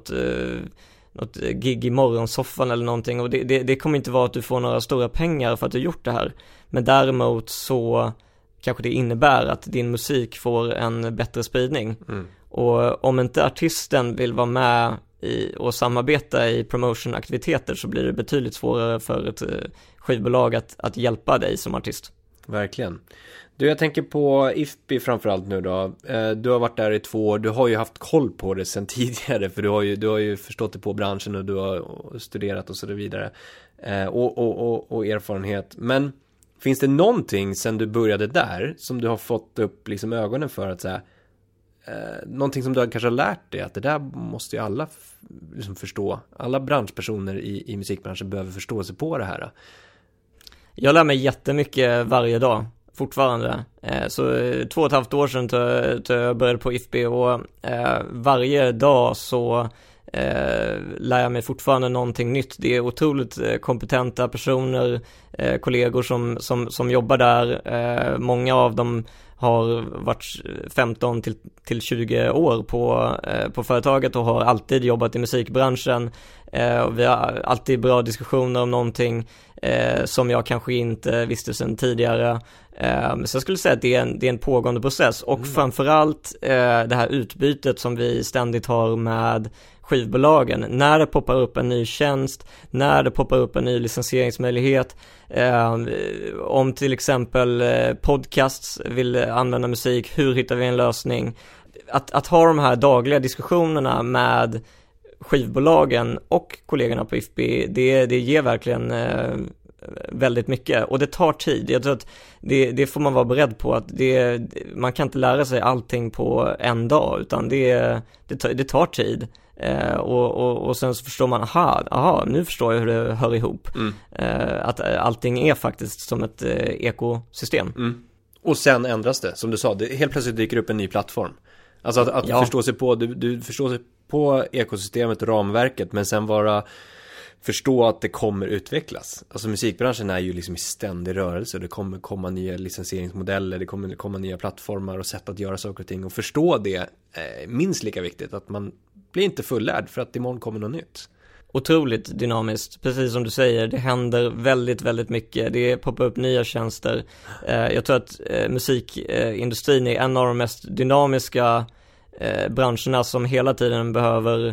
något gig i morgonsoffan eller någonting, och det kommer inte vara att du får några stora pengar för att du gjort det här. Men däremot så kanske det innebär att din musik får en bättre spridning. Och om inte artisten vill vara med och samarbeta i promotion-aktiviteter så blir det betydligt svårare för ett skivbolag att hjälpa dig som artist. Verkligen. Du, jag tänker på IFPI framförallt nu då. Du har varit där i 2 år. Du har ju haft koll på det sedan tidigare, för du har ju förstått det på branschen och du har studerat och så vidare. Och erfarenhet. Men finns det någonting sedan du började där som du har fått upp liksom ögonen för att säga, någonting som du kanske har lärt dig att det där måste ju alla liksom förstå. Alla branschpersoner i musikbranschen behöver förstå sig på det här. Jag lär mig jättemycket varje dag fortfarande. Så 2,5 år sedan jag började på IFPI, och varje dag så lär jag mig fortfarande någonting nytt. Det är otroligt kompetenta personer, kollegor som jobbar där. Många av dem har varit 15 till 20 år på företaget och har alltid jobbat i musikbranschen. Och vi har alltid bra diskussioner om någonting som jag kanske inte visste sedan tidigare. Så jag skulle säga att det är en pågående process, och framförallt det här utbytet som vi ständigt har med skivbolagen. När det poppar upp en ny tjänst, när det poppar upp en ny licensieringsmöjlighet, om till exempel podcasts vill använda musik, hur hittar vi en lösning? Att ha de här dagliga diskussionerna med skivbolagen och kollegorna på IFPI, det ger verkligen väldigt mycket, och det tar tid. Jag tror att det får man vara beredd på, att man kan inte lära sig allting på en dag, utan det tar tid. Och sen så förstår man, nu förstår jag hur det hör ihop. Att allting är faktiskt som ett ekosystem. Och sen ändras det, som du sa, helt plötsligt dyker upp en ny plattform. Alltså att förstå sig på, du förstår sig på ekosystemet och ramverket, men sen förstå att det kommer utvecklas. Alltså musikbranschen är ju liksom i ständig rörelse. Det kommer komma nya licensieringsmodeller, det kommer komma nya plattformar och sätt att göra saker och ting. Och förstå det är minst lika viktigt, att man blir inte fullärd för att imorgon kommer något nytt. Otroligt dynamiskt, precis som du säger. Det händer väldigt, väldigt mycket. Det poppar upp nya tjänster. Jag tror att musikindustrin är en av de mest dynamiska branscherna som hela tiden behöver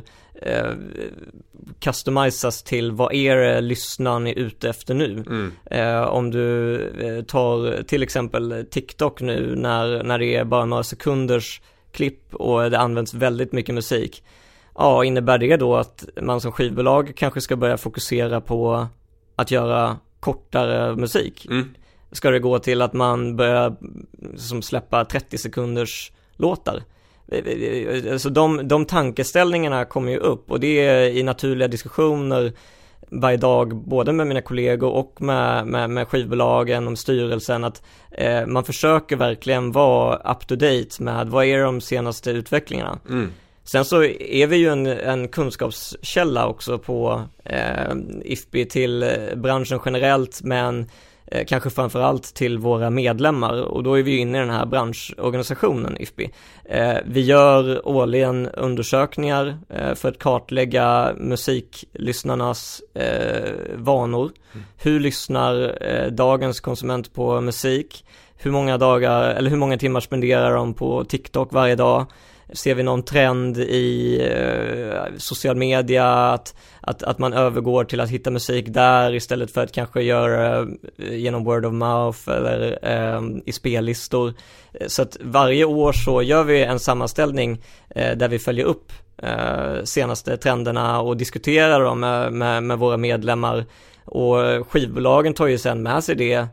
customisas till vad lyssnaren är ute efter nu. Om du tar till exempel TikTok nu, när det är bara några sekunders klipp och det används väldigt mycket musik. Ja, innebär det då att man som skivbolag kanske ska börja fokusera på att göra kortare musik? Ska det gå till att man börjar släppa 30 sekunders låtar? Alltså de tankeställningarna kommer ju upp, och det är i naturliga diskussioner varje dag, både med mina kollegor och med skivbolagen och styrelsen, att man försöker verkligen vara up to date med vad är de senaste utvecklingarna. Sen så är vi ju en kunskapskälla också på IFPI till branschen generellt, men kanske framförallt till våra medlemmar, och då är vi inne i den här branschorganisationen IFPI. Vi gör årligen undersökningar för att kartlägga musiklyssnarnas vanor. Hur lyssnar dagens konsument på musik? Hur många timmar spenderar de på TikTok varje dag? Ser vi någon trend i social media att man övergår till att hitta musik där istället för att kanske göra genom word of mouth eller i spellistor? Så att varje år så gör vi en sammanställning där vi följer upp senaste trenderna och diskuterar dem med våra medlemmar, och skivbolagen tar ju sen med sig det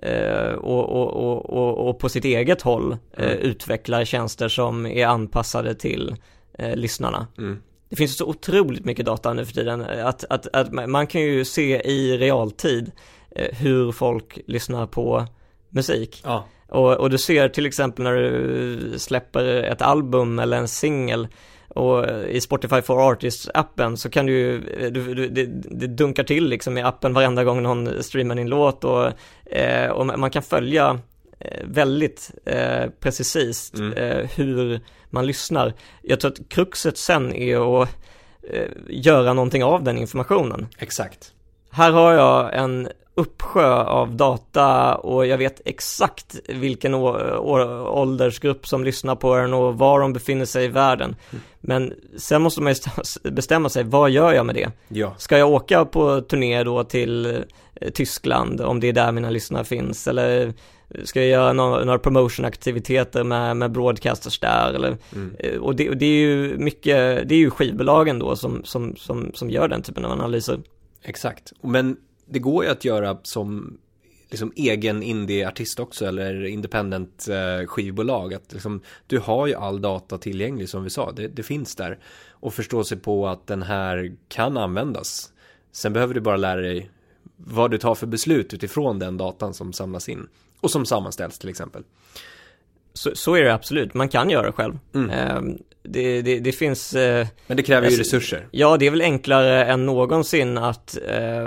och på sitt eget håll utvecklar tjänster som är anpassade till lyssnarna. Det finns så otroligt mycket data nu för tiden att man kan ju se i realtid hur folk lyssnar på musik. Ja. Och du ser till exempel när du släpper ett album eller en singel, och i Spotify for Artists-appen så kan det dunkar till liksom i appen varenda gång någon streamar din låt, och man kan följa väldigt precis hur man lyssnar. Jag tror att kruxet sen är att göra någonting av den informationen. Exakt. Här har jag en uppsjö av data och jag vet exakt vilken åldersgrupp som lyssnar på den och var de befinner sig i världen. Men sen måste man bestämma sig, vad gör jag med det? Ja. Ska jag åka på turné då till Tyskland om det är där mina lyssnare finns, eller ska jag göra några promotion-aktiviteter med broadcasters där, eller och det är ju mycket, det är ju skivbolagen då som gör den typen av analyser. Exakt. Men det går ju att göra som liksom egen indie-artist också, eller independent skivbolag, att liksom, du har ju all data tillgänglig som vi sa, det finns där, och förstå sig på att den här kan användas. Sen behöver du bara lära dig vad du tar för beslut utifrån den datan som samlas in och som sammanställs till exempel. Så är det absolut, man kan göra det själv. Det finns... Men det kräver ju resurser. Ja, det är väl enklare än någonsin att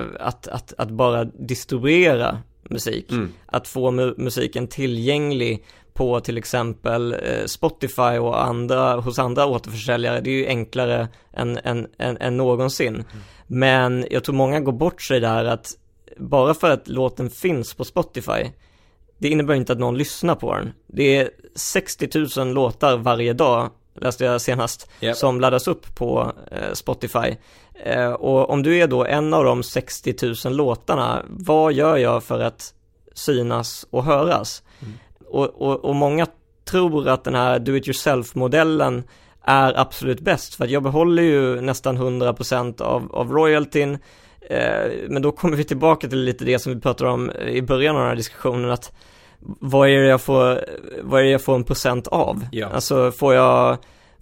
bara distribuera musik. Att få musiken tillgänglig på till exempel Spotify och hos andra återförsäljare. Det är ju enklare än någonsin. Men jag tror många går bort sig där, att bara för att låten finns på Spotify, det innebär inte att någon lyssnar på den. Det är 60 000 låtar varje dag, läste jag senast, som laddas upp på Spotify. Och om du är då en av de 60 000 låtarna, vad gör jag för att synas och höras? Och många tror att den här do-it-yourself-modellen är absolut bäst, för att jag behåller ju nästan 100% av royaltyn. Men då kommer vi tillbaka till lite det som vi pratade om i början av den här diskussionen, att vad är det jag får en procent av? Ja. Alltså får jag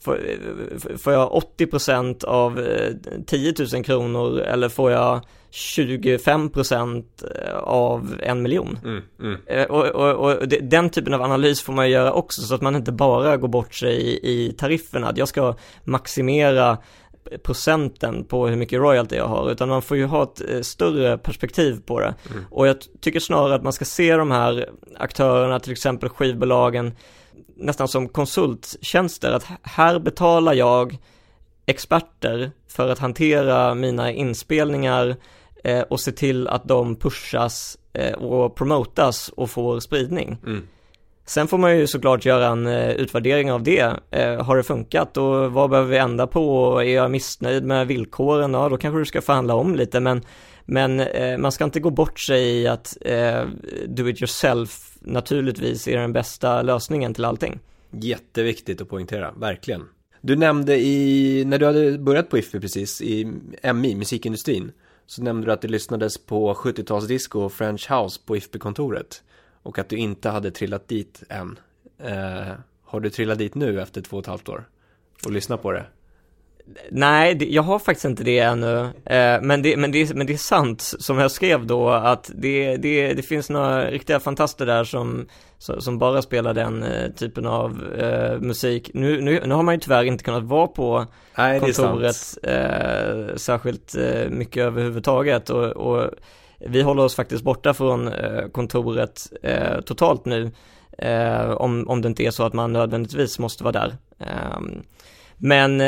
80% av 10 000 kronor, eller får jag 25% av 1 miljon? Och den typen av analys får man göra också, så att man inte bara går bort sig i tarifferna, att jag ska maximera procenten på hur mycket royalty jag har, utan man får ju ha ett större perspektiv på det. Och jag tycker snarare att man ska se de här aktörerna, till exempel skivbolagen, nästan som konsulttjänster, att här betalar jag experter för att hantera mina inspelningar och se till att de pushas och promotas och får spridning. Sen får man ju såklart göra en utvärdering av det. Har det funkat, och vad behöver vi ändra på? Är jag missnöjd med villkoren? Ja, då kanske du ska förhandla om lite. Men man ska inte gå bort sig i att do it yourself naturligtvis är den bästa lösningen till allting. Jätteviktigt att poängtera, verkligen. Du nämnde när du hade börjat på IFPI precis, i MI, musikindustrin, så nämnde du att det lyssnades på 70-talsdisco och French House på IFPI-kontoret. Och att du inte hade trillat dit än. Har du trillat dit nu efter 2,5 år och lyssnat på det? Nej, jag har faktiskt inte det ännu. Men det är sant, som jag skrev då, att det finns några riktiga fantaster där som bara spelar den typen av musik. Nu har man ju tyvärr inte kunnat vara på kontoret särskilt mycket överhuvudtaget. Och vi håller oss faktiskt borta från kontoret totalt nu, om det inte är så att man nödvändigtvis måste vara där. Men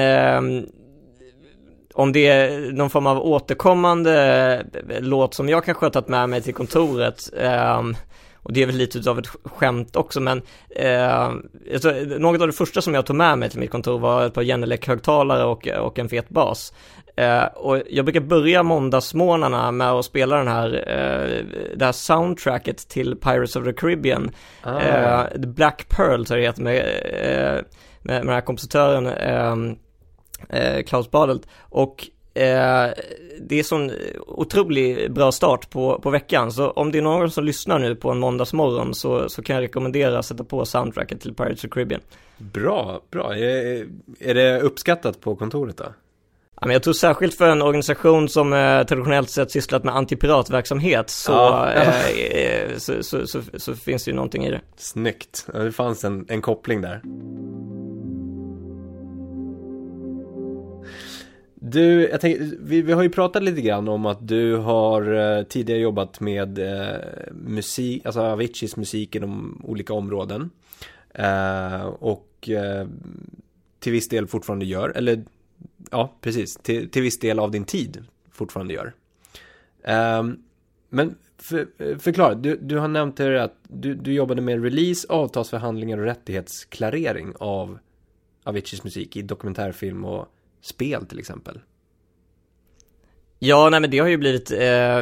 om det är någon form av återkommande låt som jag kanske har tagit med mig till kontoret, och det är väl lite av ett skämt också, men något av det första som jag tog med mig till mitt kontor var ett par Genelec-högtalare och en fet bas. Och jag brukar börja måndagsmorgnarna med att spela det här soundtracket till Pirates of the Caribbean. The Black Pearl, så det heter, med den här kompositören Klaus Badelt. Och det är sån otroligt bra start på veckan. Så om det är någon som lyssnar nu på en måndagsmorgon, så kan jag rekommendera att sätta på soundtracket till Pirates of the Caribbean. Bra. Är det uppskattat på kontoret då? Ja, men jag tror särskilt för en organisation som traditionellt sett sysslat med antipiratverksamhet så finns det ju någonting i det. Snyggt. Det fanns en koppling där. Du, jag tänker, vi har ju pratat lite grann om att du har tidigare jobbat med musik, alltså Aviciis musik inom olika områden. Och till viss del fortfarande gör, eller ja, precis, till viss del av din tid fortfarande gör. Men förklara, du har nämnt här att du jobbade med release, avtalsförhandlingar och rättighetsklarering av Aviciis musik i dokumentärfilm och spel till exempel. Ja, nej, men det har ju blivit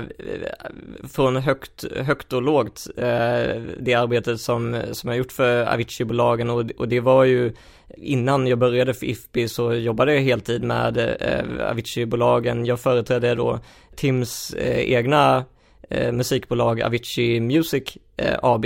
från högt och lågt det arbetet som jag gjort för Avicii-bolagen, och det var ju innan jag började för IFPI, så jobbade jag heltid med Avicii-bolagen. Jag företrädde då Tims egna musikbolag Avicii Music AB.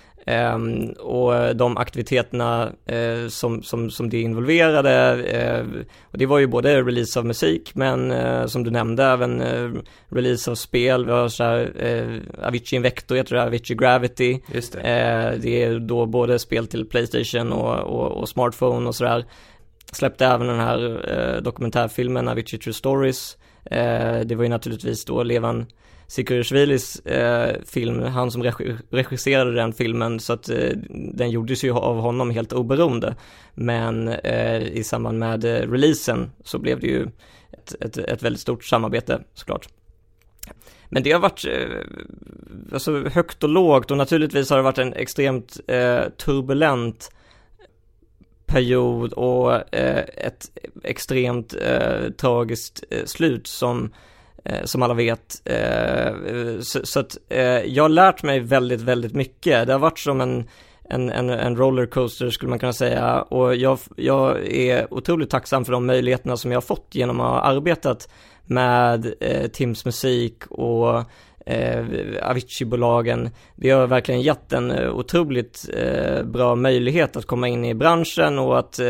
Och de aktiviteterna som det involverade, och det var ju både release av musik, men som du nämnde även release av spel. Vi har så här, Avicii Invector, jag tror det är Avicii Gravity. Just det. Det är då både spel till PlayStation och smartphone och sådär. Släppte även den här dokumentärfilmen Avicii True Stories. Det var ju naturligtvis då Levan Sikurishvilis film, han som regisserade den filmen, så att den gjordes ju av honom helt oberoende. Men i samband med releasen så blev det ju ett väldigt stort samarbete, såklart. Men det har varit alltså högt och lågt, och naturligtvis har det varit en extremt turbulent period och ett extremt tragiskt slut som alla vet. Så att jag har lärt mig väldigt, väldigt mycket. Det har varit som en rollercoaster, skulle man kunna säga, och jag är otroligt tacksam för de möjligheterna som jag har fått genom att ha arbetat med Tims musik och Avicii-bolagen. Det har verkligen gett en otroligt bra möjlighet att komma in i branschen och att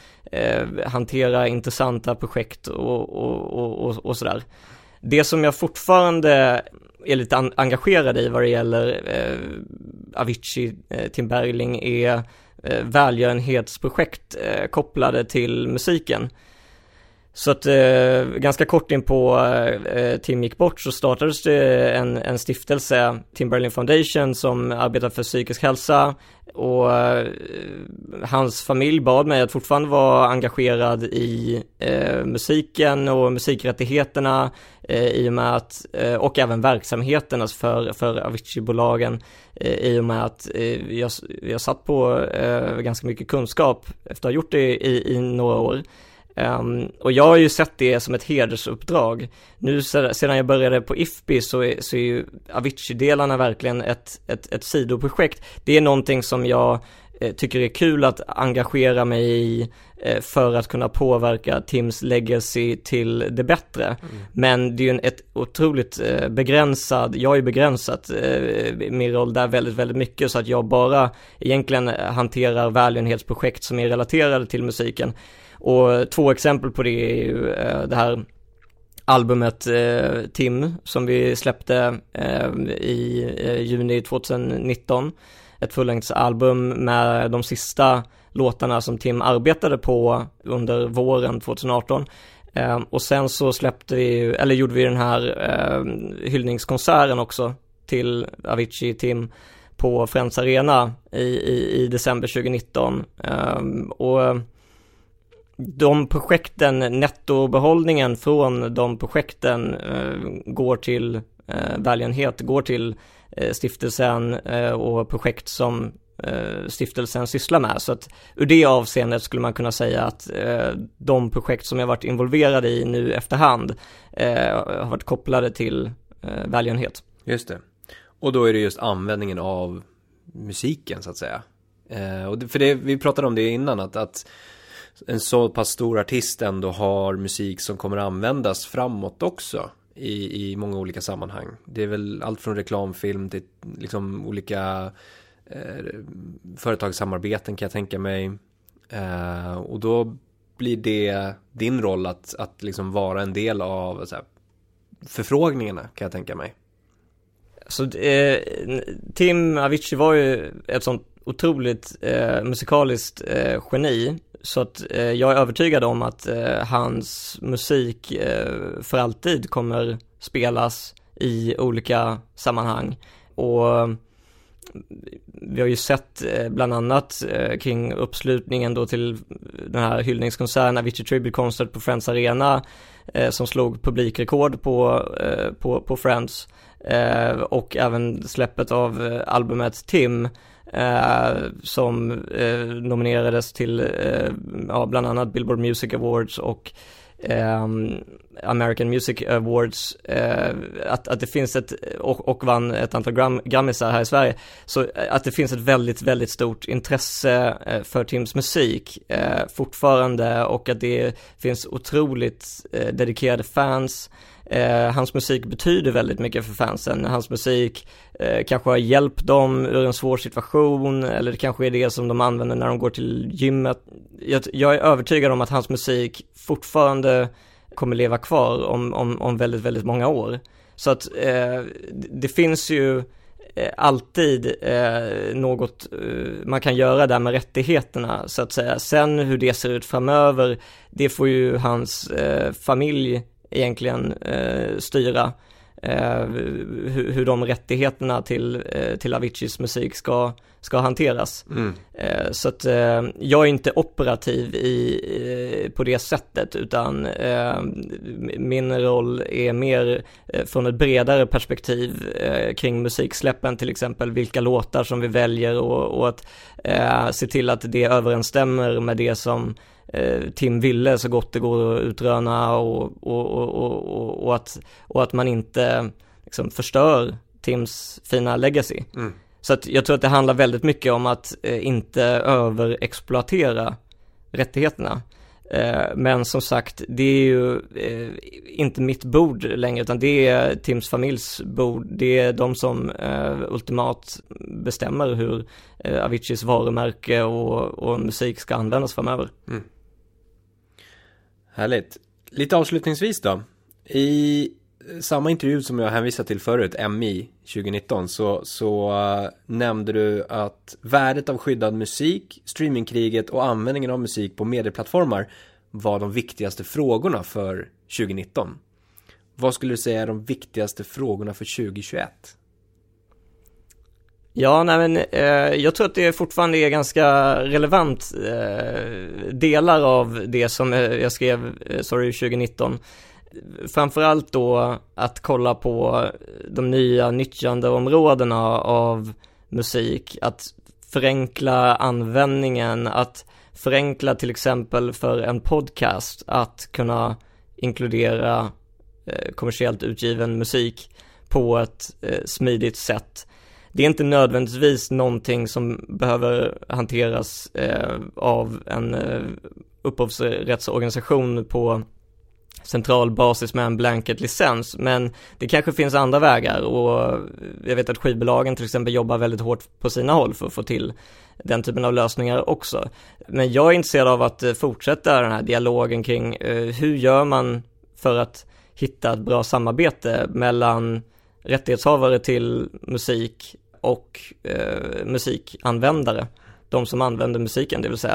hantera intressanta projekt och sådär. Det som jag fortfarande är lite engagerad i vad det gäller Avicii, Tim Bergling, är välgörenhetsprojekt kopplade till musiken. Så att ganska kort in på Tim gick bort, så startades det en stiftelse, Tim Bergling Foundation, som arbetar för psykisk hälsa, och hans familj bad mig att fortfarande vara engagerad i musiken och musikrättigheterna i och med att, och även verksamheten alltså för Avicii-bolagen, i och med att jag satt på ganska mycket kunskap efter att ha gjort det i några år. Och jag har ju sett det som ett hedersuppdrag. Nu sedan jag började på IFPI så är ju Avicii-delarna verkligen ett sidoprojekt. Det är någonting som jag tycker är kul att engagera mig i för att kunna påverka Tims legacy till det bättre. Men det är ju ett otroligt jag är begränsat min roll där väldigt, väldigt mycket, så att jag bara egentligen hanterar välgörenhetsprojekt som är relaterade till musiken. Och 2 exempel på det är ju det här albumet Tim som vi släppte i juni 2019. Ett fullängdsalbum med de sista låtarna som Tim arbetade på under våren 2018. Och sen så gjorde vi den här hyllningskonserten också till Avicii Tim på Friends Arena i december 2019. Och de projekten, nettobehållningen från de projekten går till välgörenhet, går till stiftelsen och projekt som stiftelsen sysslar med. Så att ur det avseendet skulle man kunna säga att de projekt som jag varit involverade i nu efterhand har varit kopplade till välgörenhet. Just det. Och då är det just användningen av musiken så att säga. Vi pratade om det innan, att en så pass stor artist ändå har musik som kommer att användas framåt också i många olika sammanhang. Det är väl allt från reklamfilm till liksom olika företagssamarbeten kan jag tänka mig. Och då blir det din roll att liksom vara en del av så här, förfrågningarna kan jag tänka mig. Så Tim Avicii var ju ett sånt otroligt musikaliskt geni, så att jag är övertygad om att hans musik för alltid kommer spelas i olika sammanhang. Och vi har ju sett bland annat kring uppslutningen då till den här hyllningskonserten, Avicii Tribute Concert på Friends Arena, som slog publikrekord på Friends, och även släppet av albumet Tim, som nominerades till bland annat Billboard Music Awards och American Music Awards, att det finns och vann ett antal Grammisar här i Sverige, så att det finns ett väldigt, väldigt stort intresse för Tims musik fortfarande, och att det finns otroligt dedikerade fans. Hans musik betyder väldigt mycket för fansen. Hans musik kanske har hjälpt dem ur en svår situation, eller det kanske är det som de använder när de går till gymmet. Jag är övertygad om att hans musik fortfarande kommer leva kvar om väldigt, väldigt många år. Så att det finns ju alltid något man kan göra där med rättigheterna, så att säga. Sen hur det ser ut framöver, det får ju hans familj egentligen styra, hur de rättigheterna till Aviciis musik ska hanteras. Så att jag är inte operativ på det sättet, utan min roll är mer från ett bredare perspektiv kring musiksläppen, till exempel vilka låtar som vi väljer, och att se till att det överensstämmer med det som Tim ville så gott det går att utröna, och att man inte liksom förstör Tims fina legacy. Så att jag tror att det handlar väldigt mycket om att inte överexploatera rättigheterna. Men som sagt, det är ju inte mitt bord längre, utan det är Tims familjs bord. Det är de som ultimat bestämmer hur Aviciis varumärke och musik ska användas framöver. Härligt. Lite avslutningsvis då. I samma intervju som jag hänvisade till förut, MI 2019, så nämnde du att värdet av skyddad musik, streamingkriget och användningen av musik på medieplattformar var de viktigaste frågorna för 2019. Vad skulle du säga är de viktigaste frågorna för 2021? Ja, jag tror att det fortfarande är ganska relevant delar av det som jag skrev 2019. Framförallt då att kolla på de nya nyttjandeområdena av musik, att förenkla användningen, att förenkla till exempel för en podcast att kunna inkludera kommersiellt utgiven musik på ett smidigt sätt. Det är inte nödvändigtvis någonting som behöver hanteras av en upphovsrättsorganisation på central basis med en blanket-licens, men det kanske finns andra vägar, och jag vet att skivbolagen till exempel jobbar väldigt hårt på sina håll för att få till den typen av lösningar också. Men jag är intresserad av att fortsätta den här dialogen kring hur gör man för att hitta ett bra samarbete mellan rättighetshavare till musik och musikanvändare, de som använder musiken det vill säga,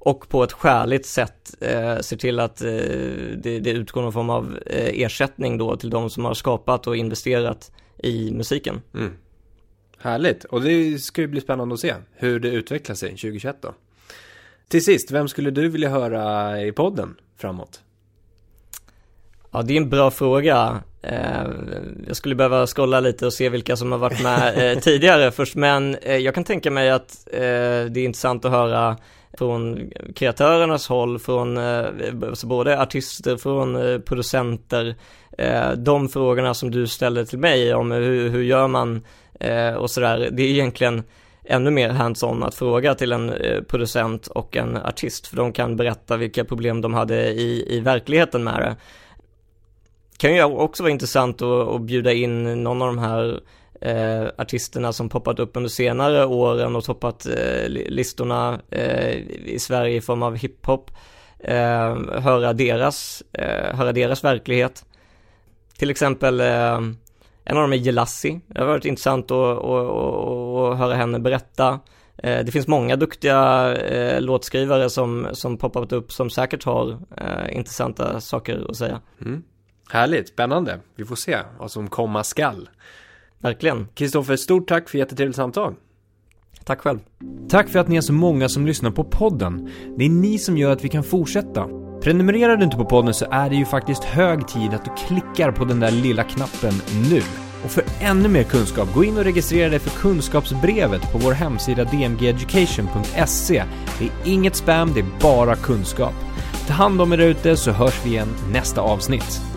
och på ett skäligt sätt ser till att det utgår någon form av ersättning då till de som har skapat och investerat i musiken. Härligt, och det ska ju bli spännande att se hur det utvecklar sig 2021 då. Till sist, vem skulle du vilja höra i podden framåt? Ja, det är en bra fråga. Jag skulle behöva scrolla lite och se vilka som har varit med tidigare först, men jag kan tänka mig att det är intressant att höra från kreatörernas håll, från både artister, från producenter, de frågorna som du ställde till mig om hur gör man och sådär. Det är egentligen ännu mer hands-on att fråga till en producent och en artist, för de kan berätta vilka problem de hade i verkligheten med det. Kan ju också vara intressant att bjuda in någon av de här artisterna som poppat upp under senare åren och toppat listorna i Sverige i form av hiphop, höra deras verklighet. Till exempel en av dem är Jelassi. Det har varit intressant att höra henne berätta. Det finns många duktiga låtskrivare som poppat upp som säkert har intressanta saker att säga. Härligt, spännande. Vi får se vad som komma skall. Verkligen. Kristoffer, stort tack för jättetrevligt samtal. Tack själv. Tack för att ni är så många som lyssnar på podden. Det är ni som gör att vi kan fortsätta. Prenumererar du inte på podden så är det ju faktiskt hög tid att du klickar på den där lilla knappen nu. Och för ännu mer kunskap, gå in och registrera dig för kunskapsbrevet på vår hemsida dmgeducation.se. Det är inget spam, det är bara kunskap. Ta hand om er ute så hörs vi igen nästa avsnitt.